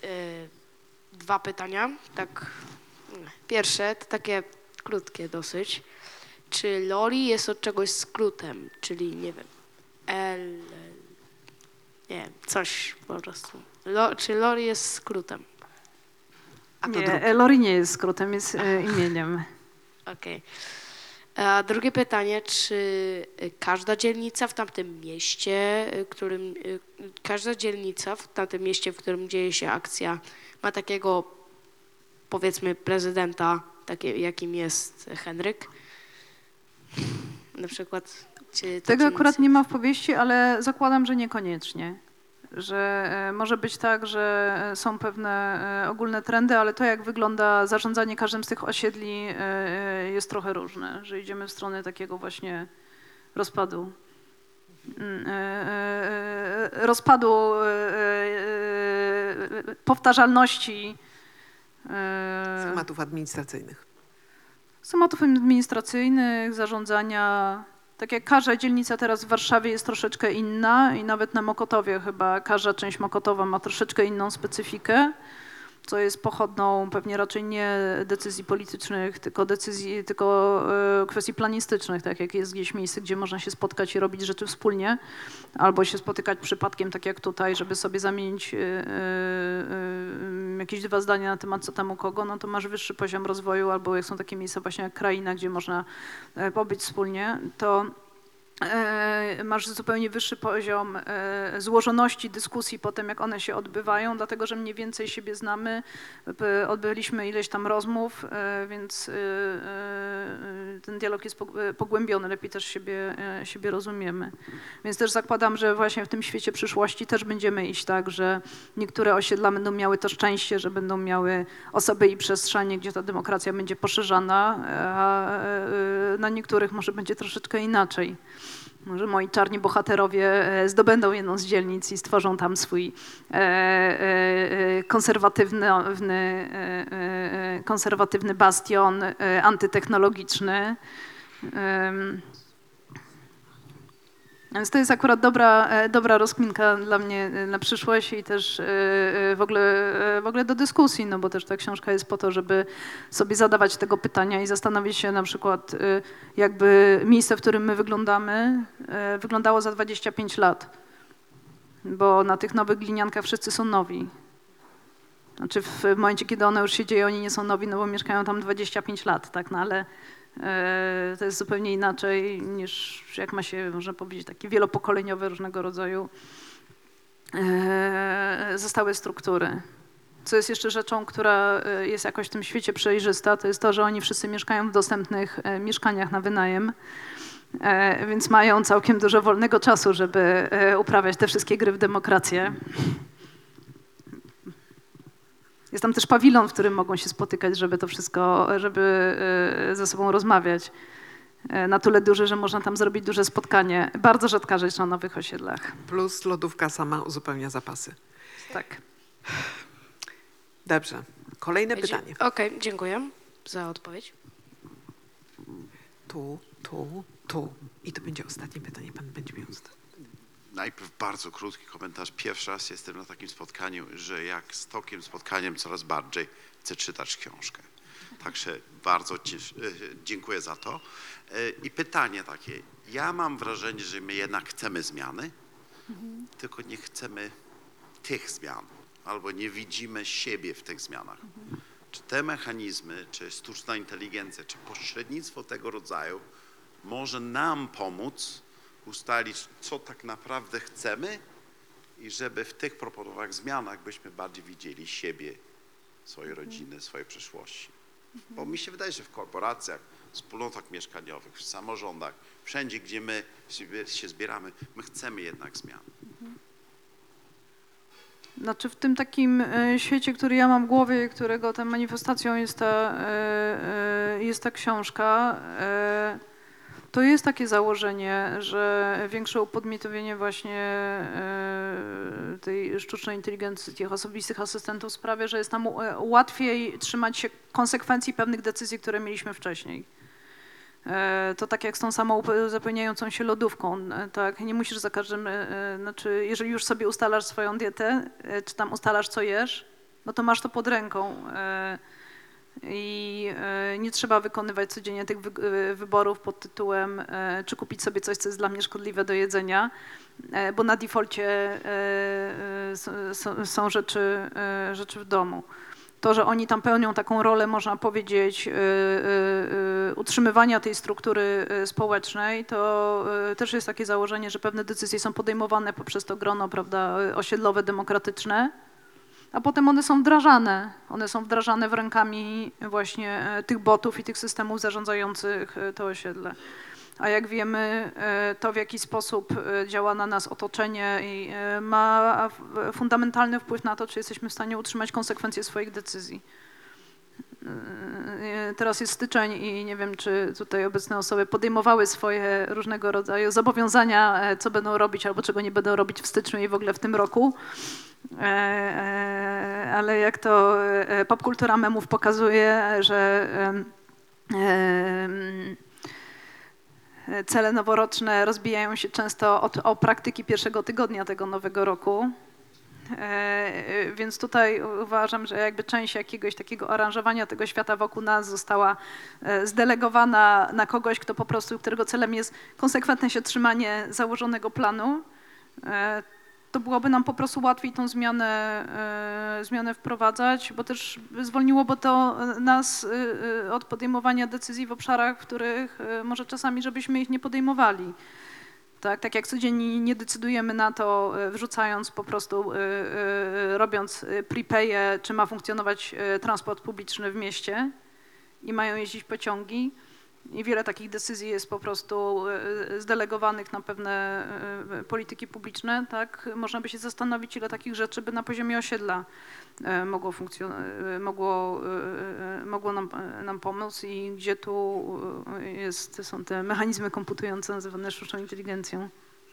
2 pytania. Tak, pierwsze to takie krótkie dosyć. Czy Lori jest od czegoś skrótem, czyli nie wiem, nie wiem, coś po prostu. Czy Lori jest skrótem? A to Nie, Lori nie jest skrótem, jest imieniem. Okej. A drugie pytanie, czy każda dzielnica w tamtym mieście, w którym dzieje się akcja, ma takiego, powiedzmy, prezydenta, jakim jest Henryk? Na przykład, czy Tego akurat nie ma w powieści, ale zakładam, że niekoniecznie. Że może być tak, że są pewne ogólne trendy, ale to, jak wygląda zarządzanie każdym z tych osiedli, jest trochę różne, że idziemy w stronę takiego właśnie rozpadu. Rozpadu powtarzalności schematów administracyjnych, zarządzania. Tak jak każda dzielnica teraz w Warszawie jest troszeczkę inna i nawet na Mokotowie chyba każda część Mokotowa ma troszeczkę inną specyfikę, co jest pochodną pewnie raczej nie decyzji politycznych, tylko kwestii planistycznych, tak jak jest gdzieś miejsce, gdzie można się spotkać i robić rzeczy wspólnie, albo się spotykać przypadkiem, tak jak tutaj, żeby sobie zamienić jakieś 2 zdania na temat co tam u kogo, no to masz wyższy poziom rozwoju, albo jak są takie miejsca właśnie jak Kraina, gdzie można pobyć wspólnie, to masz zupełnie wyższy poziom złożoności dyskusji po tym, jak one się odbywają, dlatego że mniej więcej siebie znamy, odbyliśmy ileś tam rozmów, więc ten dialog jest pogłębiony, lepiej też siebie rozumiemy. Więc też zakładam, że właśnie w tym świecie przyszłości też będziemy iść tak, że niektóre osiedla będą miały to szczęście, że będą miały osoby i przestrzenie, gdzie ta demokracja będzie poszerzana, a na niektórych może będzie troszeczkę inaczej. Może moi czarni bohaterowie zdobędą jedną z dzielnic i stworzą tam swój konserwatywny bastion antytechnologiczny. Więc to jest akurat dobra rozkminka dla mnie na przyszłość i też w ogóle do dyskusji, no bo też ta książka jest po to, żeby sobie zadawać tego pytania i zastanowić się na przykład, jakby miejsce, w którym my wyglądamy, wyglądało za 25 lat. Bo na tych nowych gliniankach wszyscy są nowi. Znaczy w momencie, kiedy one już się dzieją, oni nie są nowi, no bo mieszkają tam 25 lat, tak, no ale to jest zupełnie inaczej niż jak ma się, można powiedzieć, takie wielopokoleniowe różnego rodzaju zostałe struktury. Co jest jeszcze rzeczą, która jest jakoś w tym świecie przejrzysta, to jest to, że oni wszyscy mieszkają w dostępnych mieszkaniach na wynajem, więc mają całkiem dużo wolnego czasu, żeby uprawiać te wszystkie gry w demokrację. Jest tam też pawilon, w którym mogą się spotykać, żeby to wszystko, żeby ze sobą rozmawiać. Na tyle duży, że można tam zrobić duże spotkanie. Bardzo rzadka rzecz na nowych osiedlach. Plus lodówka sama uzupełnia zapasy. Tak. Dobrze. Kolejne pytanie. Okej, dziękuję za odpowiedź. Tu. I to będzie ostatnie pytanie. Pan będzie miał ostatnie. Najpierw bardzo krótki komentarz. Pierwszy raz jestem na takim spotkaniu, że jak z takim spotkaniem coraz bardziej chcę czytać książkę. Także bardzo dziękuję za to. I pytanie takie. Ja mam wrażenie, że my jednak chcemy zmiany, tylko nie chcemy tych zmian, albo nie widzimy siebie w tych zmianach. Czy te mechanizmy, czy sztuczna inteligencja, czy pośrednictwo tego rodzaju może nam pomóc ustalić, co tak naprawdę chcemy i żeby w tych proponowanych zmianach byśmy bardziej widzieli siebie, swoje rodziny, swoje przyszłości. Bo mi się wydaje, że w korporacjach, wspólnotach mieszkaniowych, w samorządach, wszędzie, gdzie my się zbieramy, my chcemy jednak zmian. Znaczy w tym takim świecie, który ja mam w głowie, którego tą manifestacją jest ta książka, to jest takie założenie, że większe upodmiotowienie właśnie tej sztucznej inteligencji, tych osobistych asystentów sprawia, że jest nam łatwiej trzymać się konsekwencji pewnych decyzji, które mieliśmy wcześniej. To tak jak z tą samą zapełniającą się lodówką, tak? Nie musisz za każdym, znaczy jeżeli już sobie ustalasz swoją dietę, czy tam ustalasz co jesz, no to masz to pod ręką i nie trzeba wykonywać codziennie tych wyborów pod tytułem czy kupić sobie coś, co jest dla mnie szkodliwe do jedzenia, bo na defaulcie są rzeczy w domu. To, że oni tam pełnią taką rolę, można powiedzieć, utrzymywania tej struktury społecznej, to też jest takie założenie, że pewne decyzje są podejmowane poprzez to grono, prawda, osiedlowe, demokratyczne, a potem one są wdrażane. One są wdrażane w rękami właśnie tych botów i tych systemów zarządzających to osiedle. A jak wiemy, to w jaki sposób działa na nas otoczenie i ma fundamentalny wpływ na to, czy jesteśmy w stanie utrzymać konsekwencje swoich decyzji. Teraz jest styczeń i nie wiem, czy tutaj obecne osoby podejmowały swoje różnego rodzaju zobowiązania, co będą robić albo czego nie będą robić w styczniu i w ogóle w tym roku. Ale jak to popkultura memów pokazuje, że cele noworoczne rozbijają się często o praktyki pierwszego tygodnia tego nowego roku. Więc tutaj uważam, że jakby część jakiegoś takiego aranżowania tego świata wokół nas została zdelegowana na kogoś, kto po prostu, którego celem jest konsekwentne się trzymanie założonego planu, to byłoby nam po prostu łatwiej tą zmianę wprowadzać, bo też zwolniłoby to nas od podejmowania decyzji w obszarach, w których może czasami, żebyśmy ich nie podejmowali. Tak jak codziennie nie decydujemy na to, wrzucając po prostu, robiąc prepaye, czy ma funkcjonować transport publiczny w mieście i mają jeździć pociągi. I wiele takich decyzji jest po prostu zdelegowanych na pewne polityki publiczne, tak? Można by się zastanowić, ile takich rzeczy by na poziomie osiedla mogło nam pomóc i gdzie tu są te mechanizmy komputujące nazywane sztuczną inteligencją.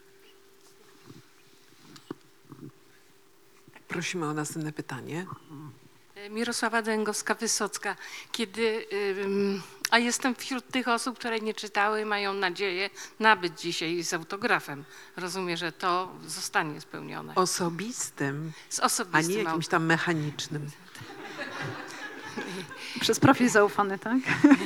Prosimy o następne pytanie. Mirosława Dęgowska-Wysocka. A jestem wśród tych osób, które nie czytały, mają nadzieję nabyć dzisiaj z autografem. Rozumiem, że to zostanie spełnione. Osobistym, Z osobistym. a nie jakimś tam mechanicznym. Przez profil zaufany, tak?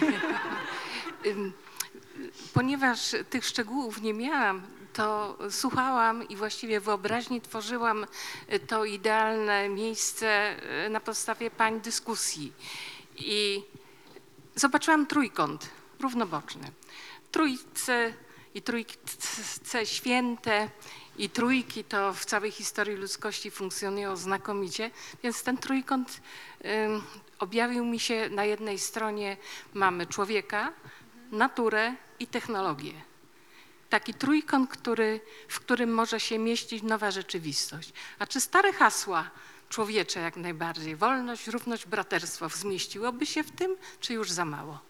Ponieważ tych szczegółów nie miałam, to słuchałam i właściwie wyobraźni tworzyłam to idealne miejsce na podstawie pań dyskusji. I zobaczyłam trójkąt równoboczny. Trójce i trójce święte i trójki to w całej historii ludzkości funkcjonują znakomicie, więc ten trójkąt objawił mi się na jednej stronie mamy człowieka, naturę i technologię. Taki trójkąt, w którym może się mieścić nowa rzeczywistość. A czy stare hasła człowiecze jak najbardziej, wolność, równość, braterstwo, zmieściłoby się w tym, czy już za mało?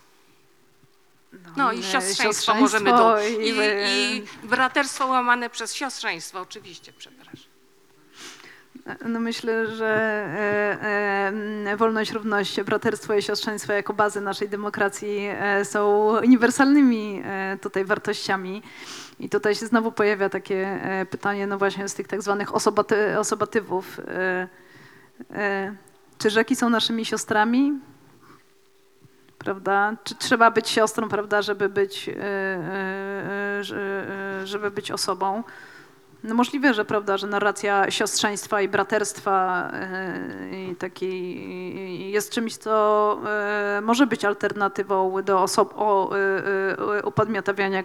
No i siostrzeństwo możemy i braterstwo łamane przez siostrzeństwo, oczywiście, przepraszam. No myślę, że wolność, równość, braterstwo i siostrzeństwo jako bazy naszej demokracji są uniwersalnymi tutaj wartościami. I tutaj się znowu pojawia takie pytanie, no właśnie z tych tak zwanych osobatywów. Czy rzeki są naszymi siostrami? Prawda? Czy trzeba być siostrą, prawda, żeby być osobą? No możliwe, że prawda, że narracja siostrzeństwa i braterstwa i takiej jest czymś, co może być alternatywą do upodmiotawiania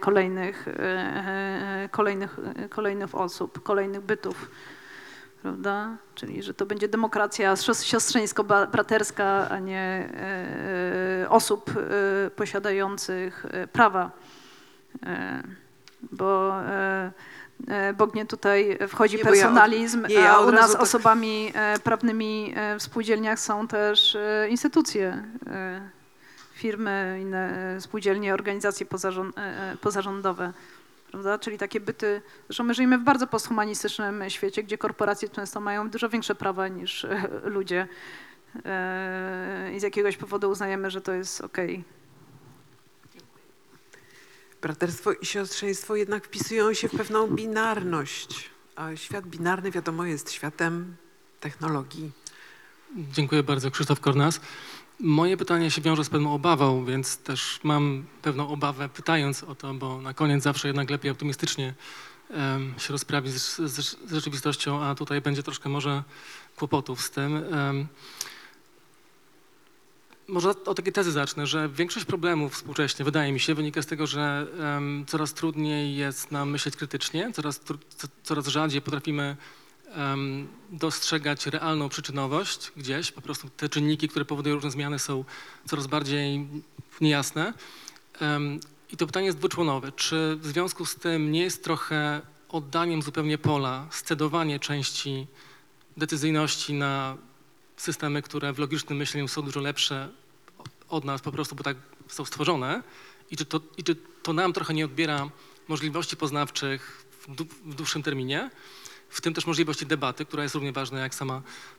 kolejnych osób, kolejnych bytów. Prawda? Czyli, że to będzie demokracja siostrzeńsko-braterska, a nie osób posiadających prawa. Bo Bognie tutaj wchodzi Nie, bo ja personalizm, ja a od u razu nas tak- osobami prawnymi w spółdzielniach są też instytucje, firmy, inne spółdzielnie, organizacje pozarządowe. Prawda? Czyli takie byty, zresztą my żyjemy w bardzo posthumanistycznym świecie, gdzie korporacje często mają dużo większe prawa niż ludzie i z jakiegoś powodu uznajemy, że to jest okej. Braterstwo i siostrzeństwo jednak wpisują się w pewną binarność, a świat binarny, wiadomo, jest światem technologii. Dziękuję bardzo. Krzysztof Kornas. Moje pytanie się wiąże z pewną obawą, więc też mam pewną obawę pytając o to, bo na koniec zawsze jednak lepiej optymistycznie się rozprawić z rzeczywistością, a tutaj będzie troszkę może kłopotów z tym. Może od takiej tezy zacznę, że większość problemów współcześnie, wydaje mi się, wynika z tego, że coraz trudniej jest nam myśleć krytycznie, coraz rzadziej potrafimy dostrzegać realną przyczynowość gdzieś. Po prostu te czynniki, które powodują różne zmiany, są coraz bardziej niejasne. I to pytanie jest dwuczłonowe. Czy w związku z tym nie jest trochę oddaniem zupełnie pola, scedowanie części decyzyjności na systemy, które w logicznym myśleniu są dużo lepsze od nas po prostu, bo tak są stworzone? I czy to nam trochę nie odbiera możliwości poznawczych w dłuższym terminie? W tym też możliwości debaty, która jest równie ważna jak sama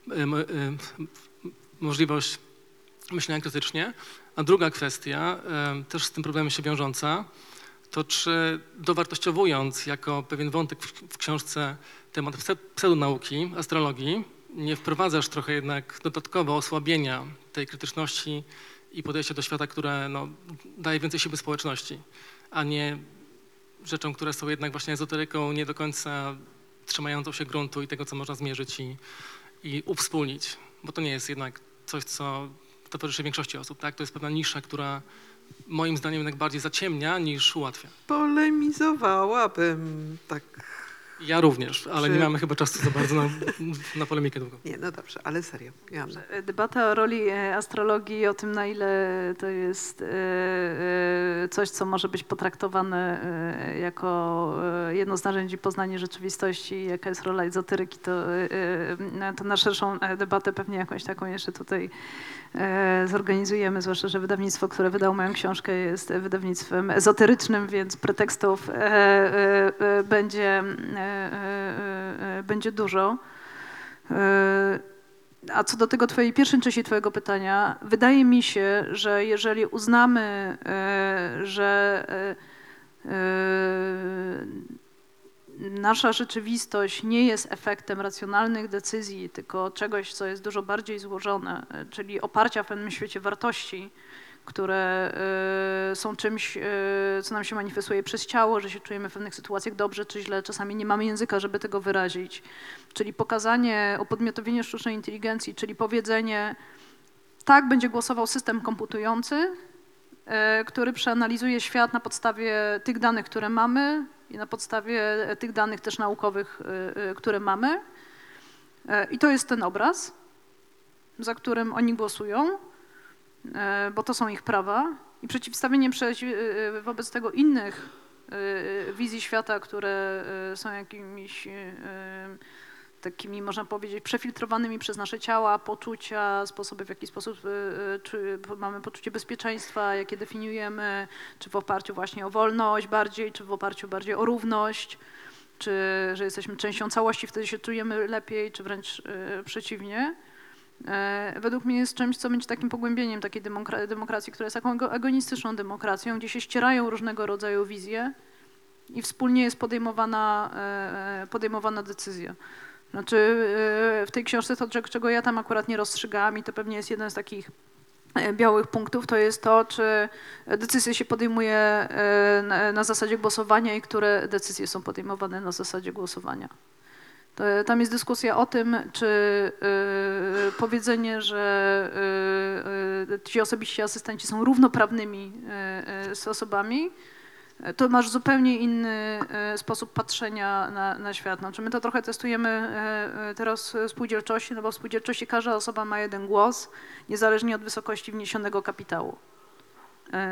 możliwość myślenia krytycznie. A druga kwestia, też z tym problemem się wiążąca, to czy dowartościowując jako pewien wątek w książce temat pseudonauki, astrologii, nie wprowadzasz trochę jednak dodatkowo osłabienia tej krytyczności i podejścia do świata, które daje więcej siły społeczności, a nie rzeczom, które są jednak właśnie ezoteryką, nie do końca trzymającą się gruntu i tego, co można zmierzyć i uwspólnić, bo to nie jest jednak coś, co towarzyszy większości osób, tak? To jest pewna nisza, która moim zdaniem jednak bardziej zaciemnia niż ułatwia. Polemizowałabym tak. Ja również, ale nie mamy chyba czasu za bardzo na polemikę długą. Nie, no dobrze, ale serio. Joanna. Debata o roli astrologii, o tym, na ile to jest coś, co może być potraktowane jako jedno z narzędzi poznania rzeczywistości, jaka jest rola ezoteryki, to na szerszą debatę pewnie jakąś taką jeszcze tutaj zorganizujemy, zwłaszcza, że wydawnictwo, które wydało moją książkę, jest wydawnictwem ezoterycznym, więc pretekstów będzie dużo. A co do tego pierwszej części twojego pytania, wydaje mi się, że jeżeli uznamy, że nasza rzeczywistość nie jest efektem racjonalnych decyzji, tylko czegoś, co jest dużo bardziej złożone, czyli oparcia w pewnym świecie wartości, które są czymś, co nam się manifestuje przez ciało, że się czujemy w pewnych sytuacjach dobrze czy źle, czasami nie mamy języka, żeby tego wyrazić. Czyli pokazanie, upodmiotowienie sztucznej inteligencji, czyli powiedzenie, tak będzie głosował system komputujący, który przeanalizuje świat na podstawie tych danych, które mamy i na podstawie tych danych też naukowych, które mamy. I to jest ten obraz, za którym oni głosują, bo to są ich prawa, i przeciwstawienie wobec tego innych wizji świata, które są jakimiś takimi, można powiedzieć, przefiltrowanymi przez nasze ciała, poczucia, sposoby, w jaki sposób czy mamy poczucie bezpieczeństwa, jakie definiujemy, czy w oparciu właśnie o wolność bardziej, czy w oparciu bardziej o równość, czy że jesteśmy częścią całości, wtedy się czujemy lepiej, czy wręcz przeciwnie. Według mnie jest czymś, co będzie takim pogłębieniem takiej demokracji, która jest taką agonistyczną demokracją, gdzie się ścierają różnego rodzaju wizje i wspólnie jest podejmowana decyzja. Znaczy w tej książce to, czego ja tam akurat nie rozstrzygałam, i to pewnie jest jeden z takich białych punktów, to jest to, czy decyzje się podejmuje na zasadzie głosowania i które decyzje są podejmowane na zasadzie głosowania. Tam jest dyskusja o tym, czy powiedzenie, że ci osobiści asystenci są równoprawnymi z osobami, to masz zupełnie inny sposób patrzenia na świat. Znaczy my to trochę testujemy teraz w spółdzielczości, no bo w spółdzielczości każda osoba ma jeden głos, niezależnie od wysokości wniesionego kapitału.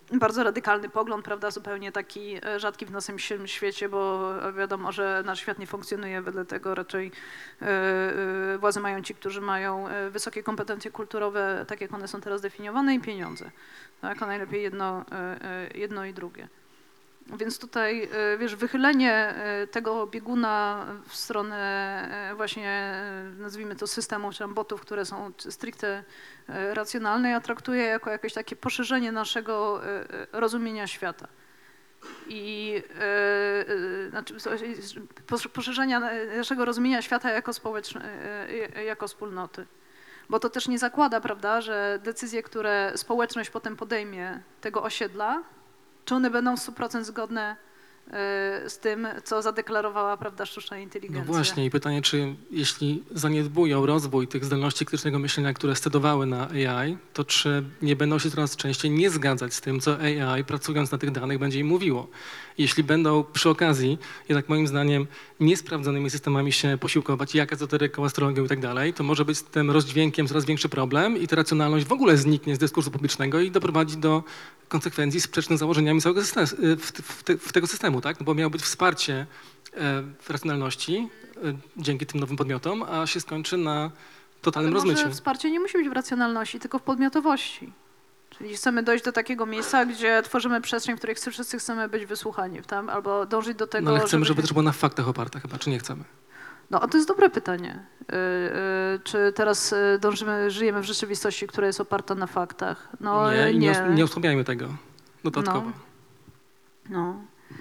bardzo radykalny pogląd, prawda, zupełnie taki rzadki w naszym świecie, bo wiadomo, że nasz świat nie funkcjonuje wedle tego, raczej władzę mają ci, którzy mają wysokie kompetencje kulturowe, tak jak one są teraz definiowane, i pieniądze, tak, a najlepiej jedno i drugie. Więc tutaj, wiesz, wychylenie tego bieguna w stronę właśnie, nazwijmy to, systemu, czy tam botów, które są stricte racjonalne, ja traktuję jako jakieś takie poszerzenie naszego rozumienia świata. I znaczy, poszerzenia naszego rozumienia świata jako wspólnoty. Bo to też nie zakłada, prawda, że decyzje, które społeczność potem podejmie tego osiedla, czy one będą w 100% zgodne z tym, co zadeklarowała, prawda, sztuczna inteligencja. No właśnie i pytanie, czy jeśli zaniedbują rozwój tych zdolności krytycznego myślenia, które stedowały na AI, to czy nie będą się coraz częściej nie zgadzać z tym, co AI, pracując na tych danych, będzie im mówiło? Jeśli będą przy okazji, jednak moim zdaniem, niesprawdzonymi systemami się posiłkować, jak ezoteryką, astrologią i tak dalej, to może być z tym rozdźwiękiem coraz większy problem i ta racjonalność w ogóle zniknie z dyskursu publicznego i doprowadzi do konsekwencji sprzecznych z założeniami całego systemu, tego systemu, tak? No bo miało być wsparcie w racjonalności dzięki tym nowym podmiotom, a się skończy na totalnym rozmyciu. Może wsparcie nie musi być w racjonalności, tylko w podmiotowości. Czyli chcemy dojść do takiego miejsca, gdzie tworzymy przestrzeń, w której wszyscy chcemy być wysłuchani, tam, albo dążyć do tego, no ale chcemy, żeby to było na faktach oparte chyba, czy nie chcemy? No, a to jest dobre pytanie. Czy teraz żyjemy w rzeczywistości, która jest oparta na faktach? No, nie osłabiajmy tego dodatkowo. No.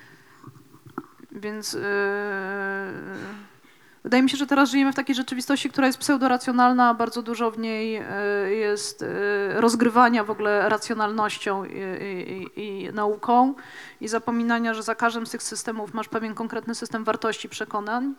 Więc wydaje mi się, że teraz żyjemy w takiej rzeczywistości, która jest pseudoracjonalna, bardzo dużo w niej jest rozgrywania w ogóle racjonalnością i nauką i zapominania, że za każdym z tych systemów masz pewien konkretny system wartości, przekonań,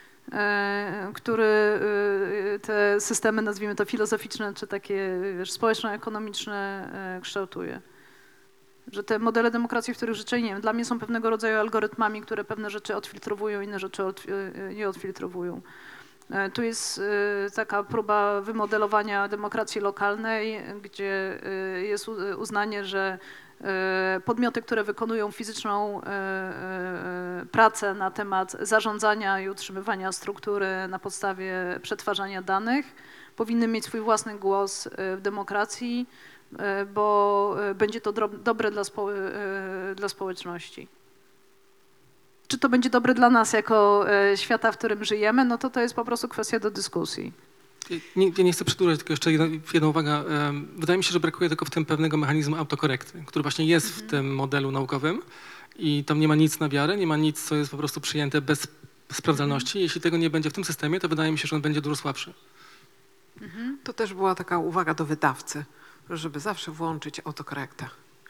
który te systemy, nazwijmy to filozoficzne, czy takie, wiesz, społeczno-ekonomiczne kształtuje. Że te modele demokracji, w których życzę, nie wiem, dla mnie są pewnego rodzaju algorytmami, które pewne rzeczy odfiltrowują, inne rzeczy nie odfiltrowują. Tu jest taka próba wymodelowania demokracji lokalnej, gdzie jest uznanie, że podmioty, które wykonują fizyczną pracę na temat zarządzania i utrzymywania struktury na podstawie przetwarzania danych, powinny mieć swój własny głos w demokracji, bo będzie to dobre dla społeczności. Czy to będzie dobre dla nas jako świata, w którym żyjemy, no to jest po prostu kwestia do dyskusji. Ja nie chcę przedłużać, tylko jeszcze jedna uwaga. Wydaje mi się, że brakuje tylko w tym pewnego mechanizmu autokorekty, który właśnie jest w tym modelu naukowym i tam nie ma nic na wiarę, nie ma nic, co jest po prostu przyjęte bez sprawdzalności. Jeśli tego nie będzie w tym systemie, to wydaje mi się, że on będzie dużo słabszy. To też była taka uwaga do wydawcy, żeby zawsze włączyć autokorektę.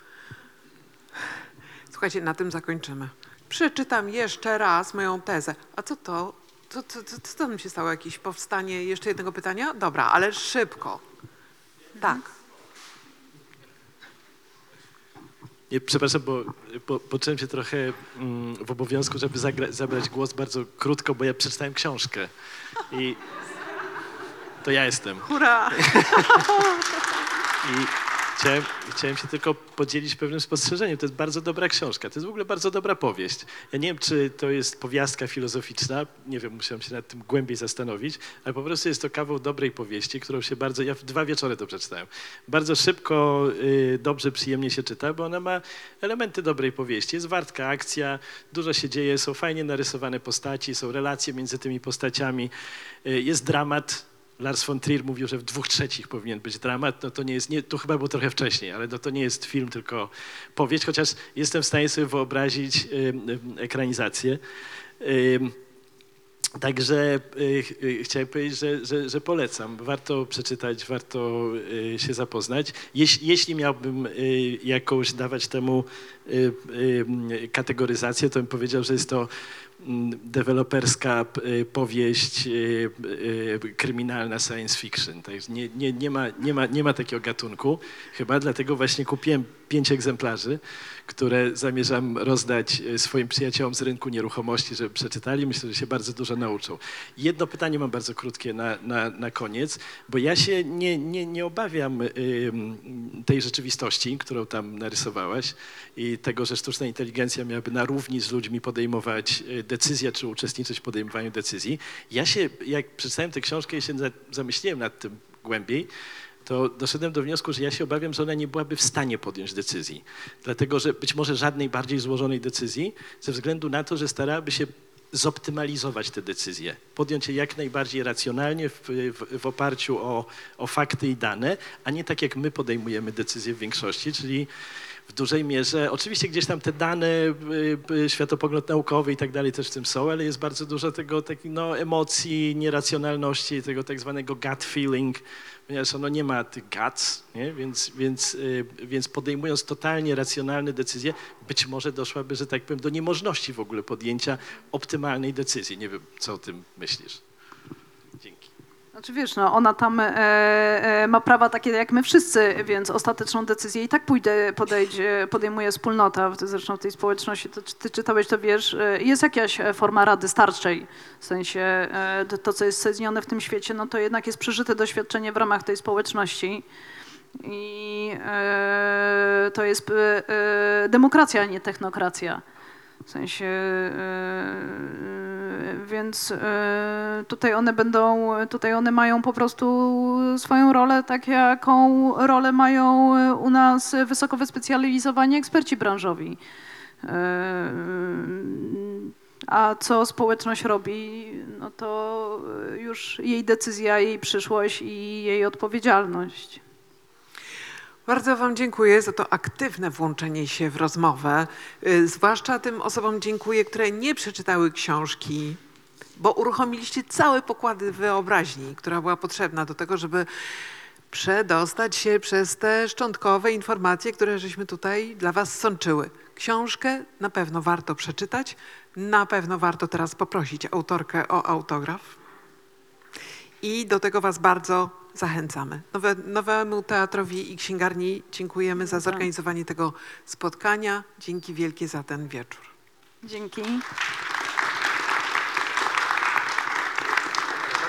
Słuchajcie, na tym zakończymy. Przeczytam jeszcze raz moją tezę. A co to? Co tam się stało? Jakieś powstanie jeszcze jednego pytania? Dobra, ale szybko. Tak. Nie, przepraszam, bo poczułem się trochę w obowiązku, żeby zabrać głos bardzo krótko, bo ja przeczytałem książkę i to ja jestem. Hurra! I chciałem się tylko podzielić pewnym spostrzeżeniem. To jest bardzo dobra książka, to jest w ogóle bardzo dobra powieść. Ja nie wiem, czy to jest powiastka filozoficzna, nie wiem, musiałem się nad tym głębiej zastanowić, ale po prostu jest to kawał dobrej powieści, którą się ja w 2 wieczory to przeczytałem. Bardzo szybko, dobrze, przyjemnie się czyta, bo ona ma elementy dobrej powieści. Jest wartka akcja, dużo się dzieje, są fajnie narysowane postaci, są relacje między tymi postaciami, jest dramat. Lars von Trier mówił, że w 2/3 powinien być dramat, no to nie jest, to chyba było trochę wcześniej, ale to nie jest film, tylko powieść, chociaż jestem w stanie sobie wyobrazić ekranizację. Także chciałem powiedzieć, że polecam. Warto przeczytać, warto się zapoznać. Jeśli miałbym jakąś dawać temu kategoryzację, to bym powiedział, że jest to deweloperska powieść kryminalna science fiction. Tak, nie ma takiego gatunku chyba, dlatego właśnie kupiłem 5 egzemplarzy, które zamierzam rozdać swoim przyjaciołom z rynku nieruchomości, żeby przeczytali. Myślę, że się bardzo dużo nauczą. Jedno pytanie mam bardzo krótkie na koniec, bo ja się nie obawiam tej rzeczywistości, którą tam narysowałaś i tego, że sztuczna inteligencja miałaby na równi z ludźmi podejmować decyzje, czy uczestniczyć w podejmowaniu decyzji. Ja się, jak przeczytałem tę książkę i się zamyśliłem nad tym głębiej, to doszedłem do wniosku, że ja się obawiam, że ona nie byłaby w stanie podjąć decyzji. Dlatego, że być może żadnej bardziej złożonej decyzji, ze względu na to, że starałaby się zoptymalizować te decyzje, podjąć je jak najbardziej racjonalnie w oparciu o fakty i dane, a nie tak jak my podejmujemy decyzje w większości, czyli w dużej mierze, oczywiście gdzieś tam te dane, światopogląd naukowy i tak dalej też w tym są, ale jest bardzo dużo tego emocji, nieracjonalności, tego tak zwanego gut feeling, ponieważ ono nie ma tych guts, nie? Więc podejmując totalnie racjonalne decyzje, być może doszłaby, że tak powiem, do niemożności w ogóle podjęcia optymalnej decyzji. Nie wiem, co o tym myślisz. Dzięki. Znaczy wiesz, no ona tam ma prawa takie jak my wszyscy, więc ostateczną decyzję i tak podejmuje wspólnota. Zresztą w tej społeczności, to ty czytałeś, to wiesz, jest jakaś forma rady starczej. W sensie to, co jest senione w tym świecie, no to jednak jest przeżyte doświadczenie w ramach tej społeczności. I to jest demokracja, a nie technokracja. W sensie, więc tutaj one mają po prostu swoją rolę, tak jaką rolę mają u nas wysoko wyspecjalizowani eksperci branżowi. A co społeczność robi, no to już jej decyzja, jej przyszłość i jej odpowiedzialność. Bardzo wam dziękuję za to aktywne włączenie się w rozmowę. Zwłaszcza tym osobom dziękuję, które nie przeczytały książki, bo uruchomiliście całe pokłady wyobraźni, która była potrzebna do tego, żeby przedostać się przez te szczątkowe informacje, które żeśmy tutaj dla was sączyły. Książkę na pewno warto przeczytać, na pewno warto teraz poprosić autorkę o autograf i do tego was bardzo zachęcamy. Nowemu Teatrowi i Księgarni dziękujemy za zorganizowanie tego spotkania. Dzięki wielkie za ten wieczór. Dzięki.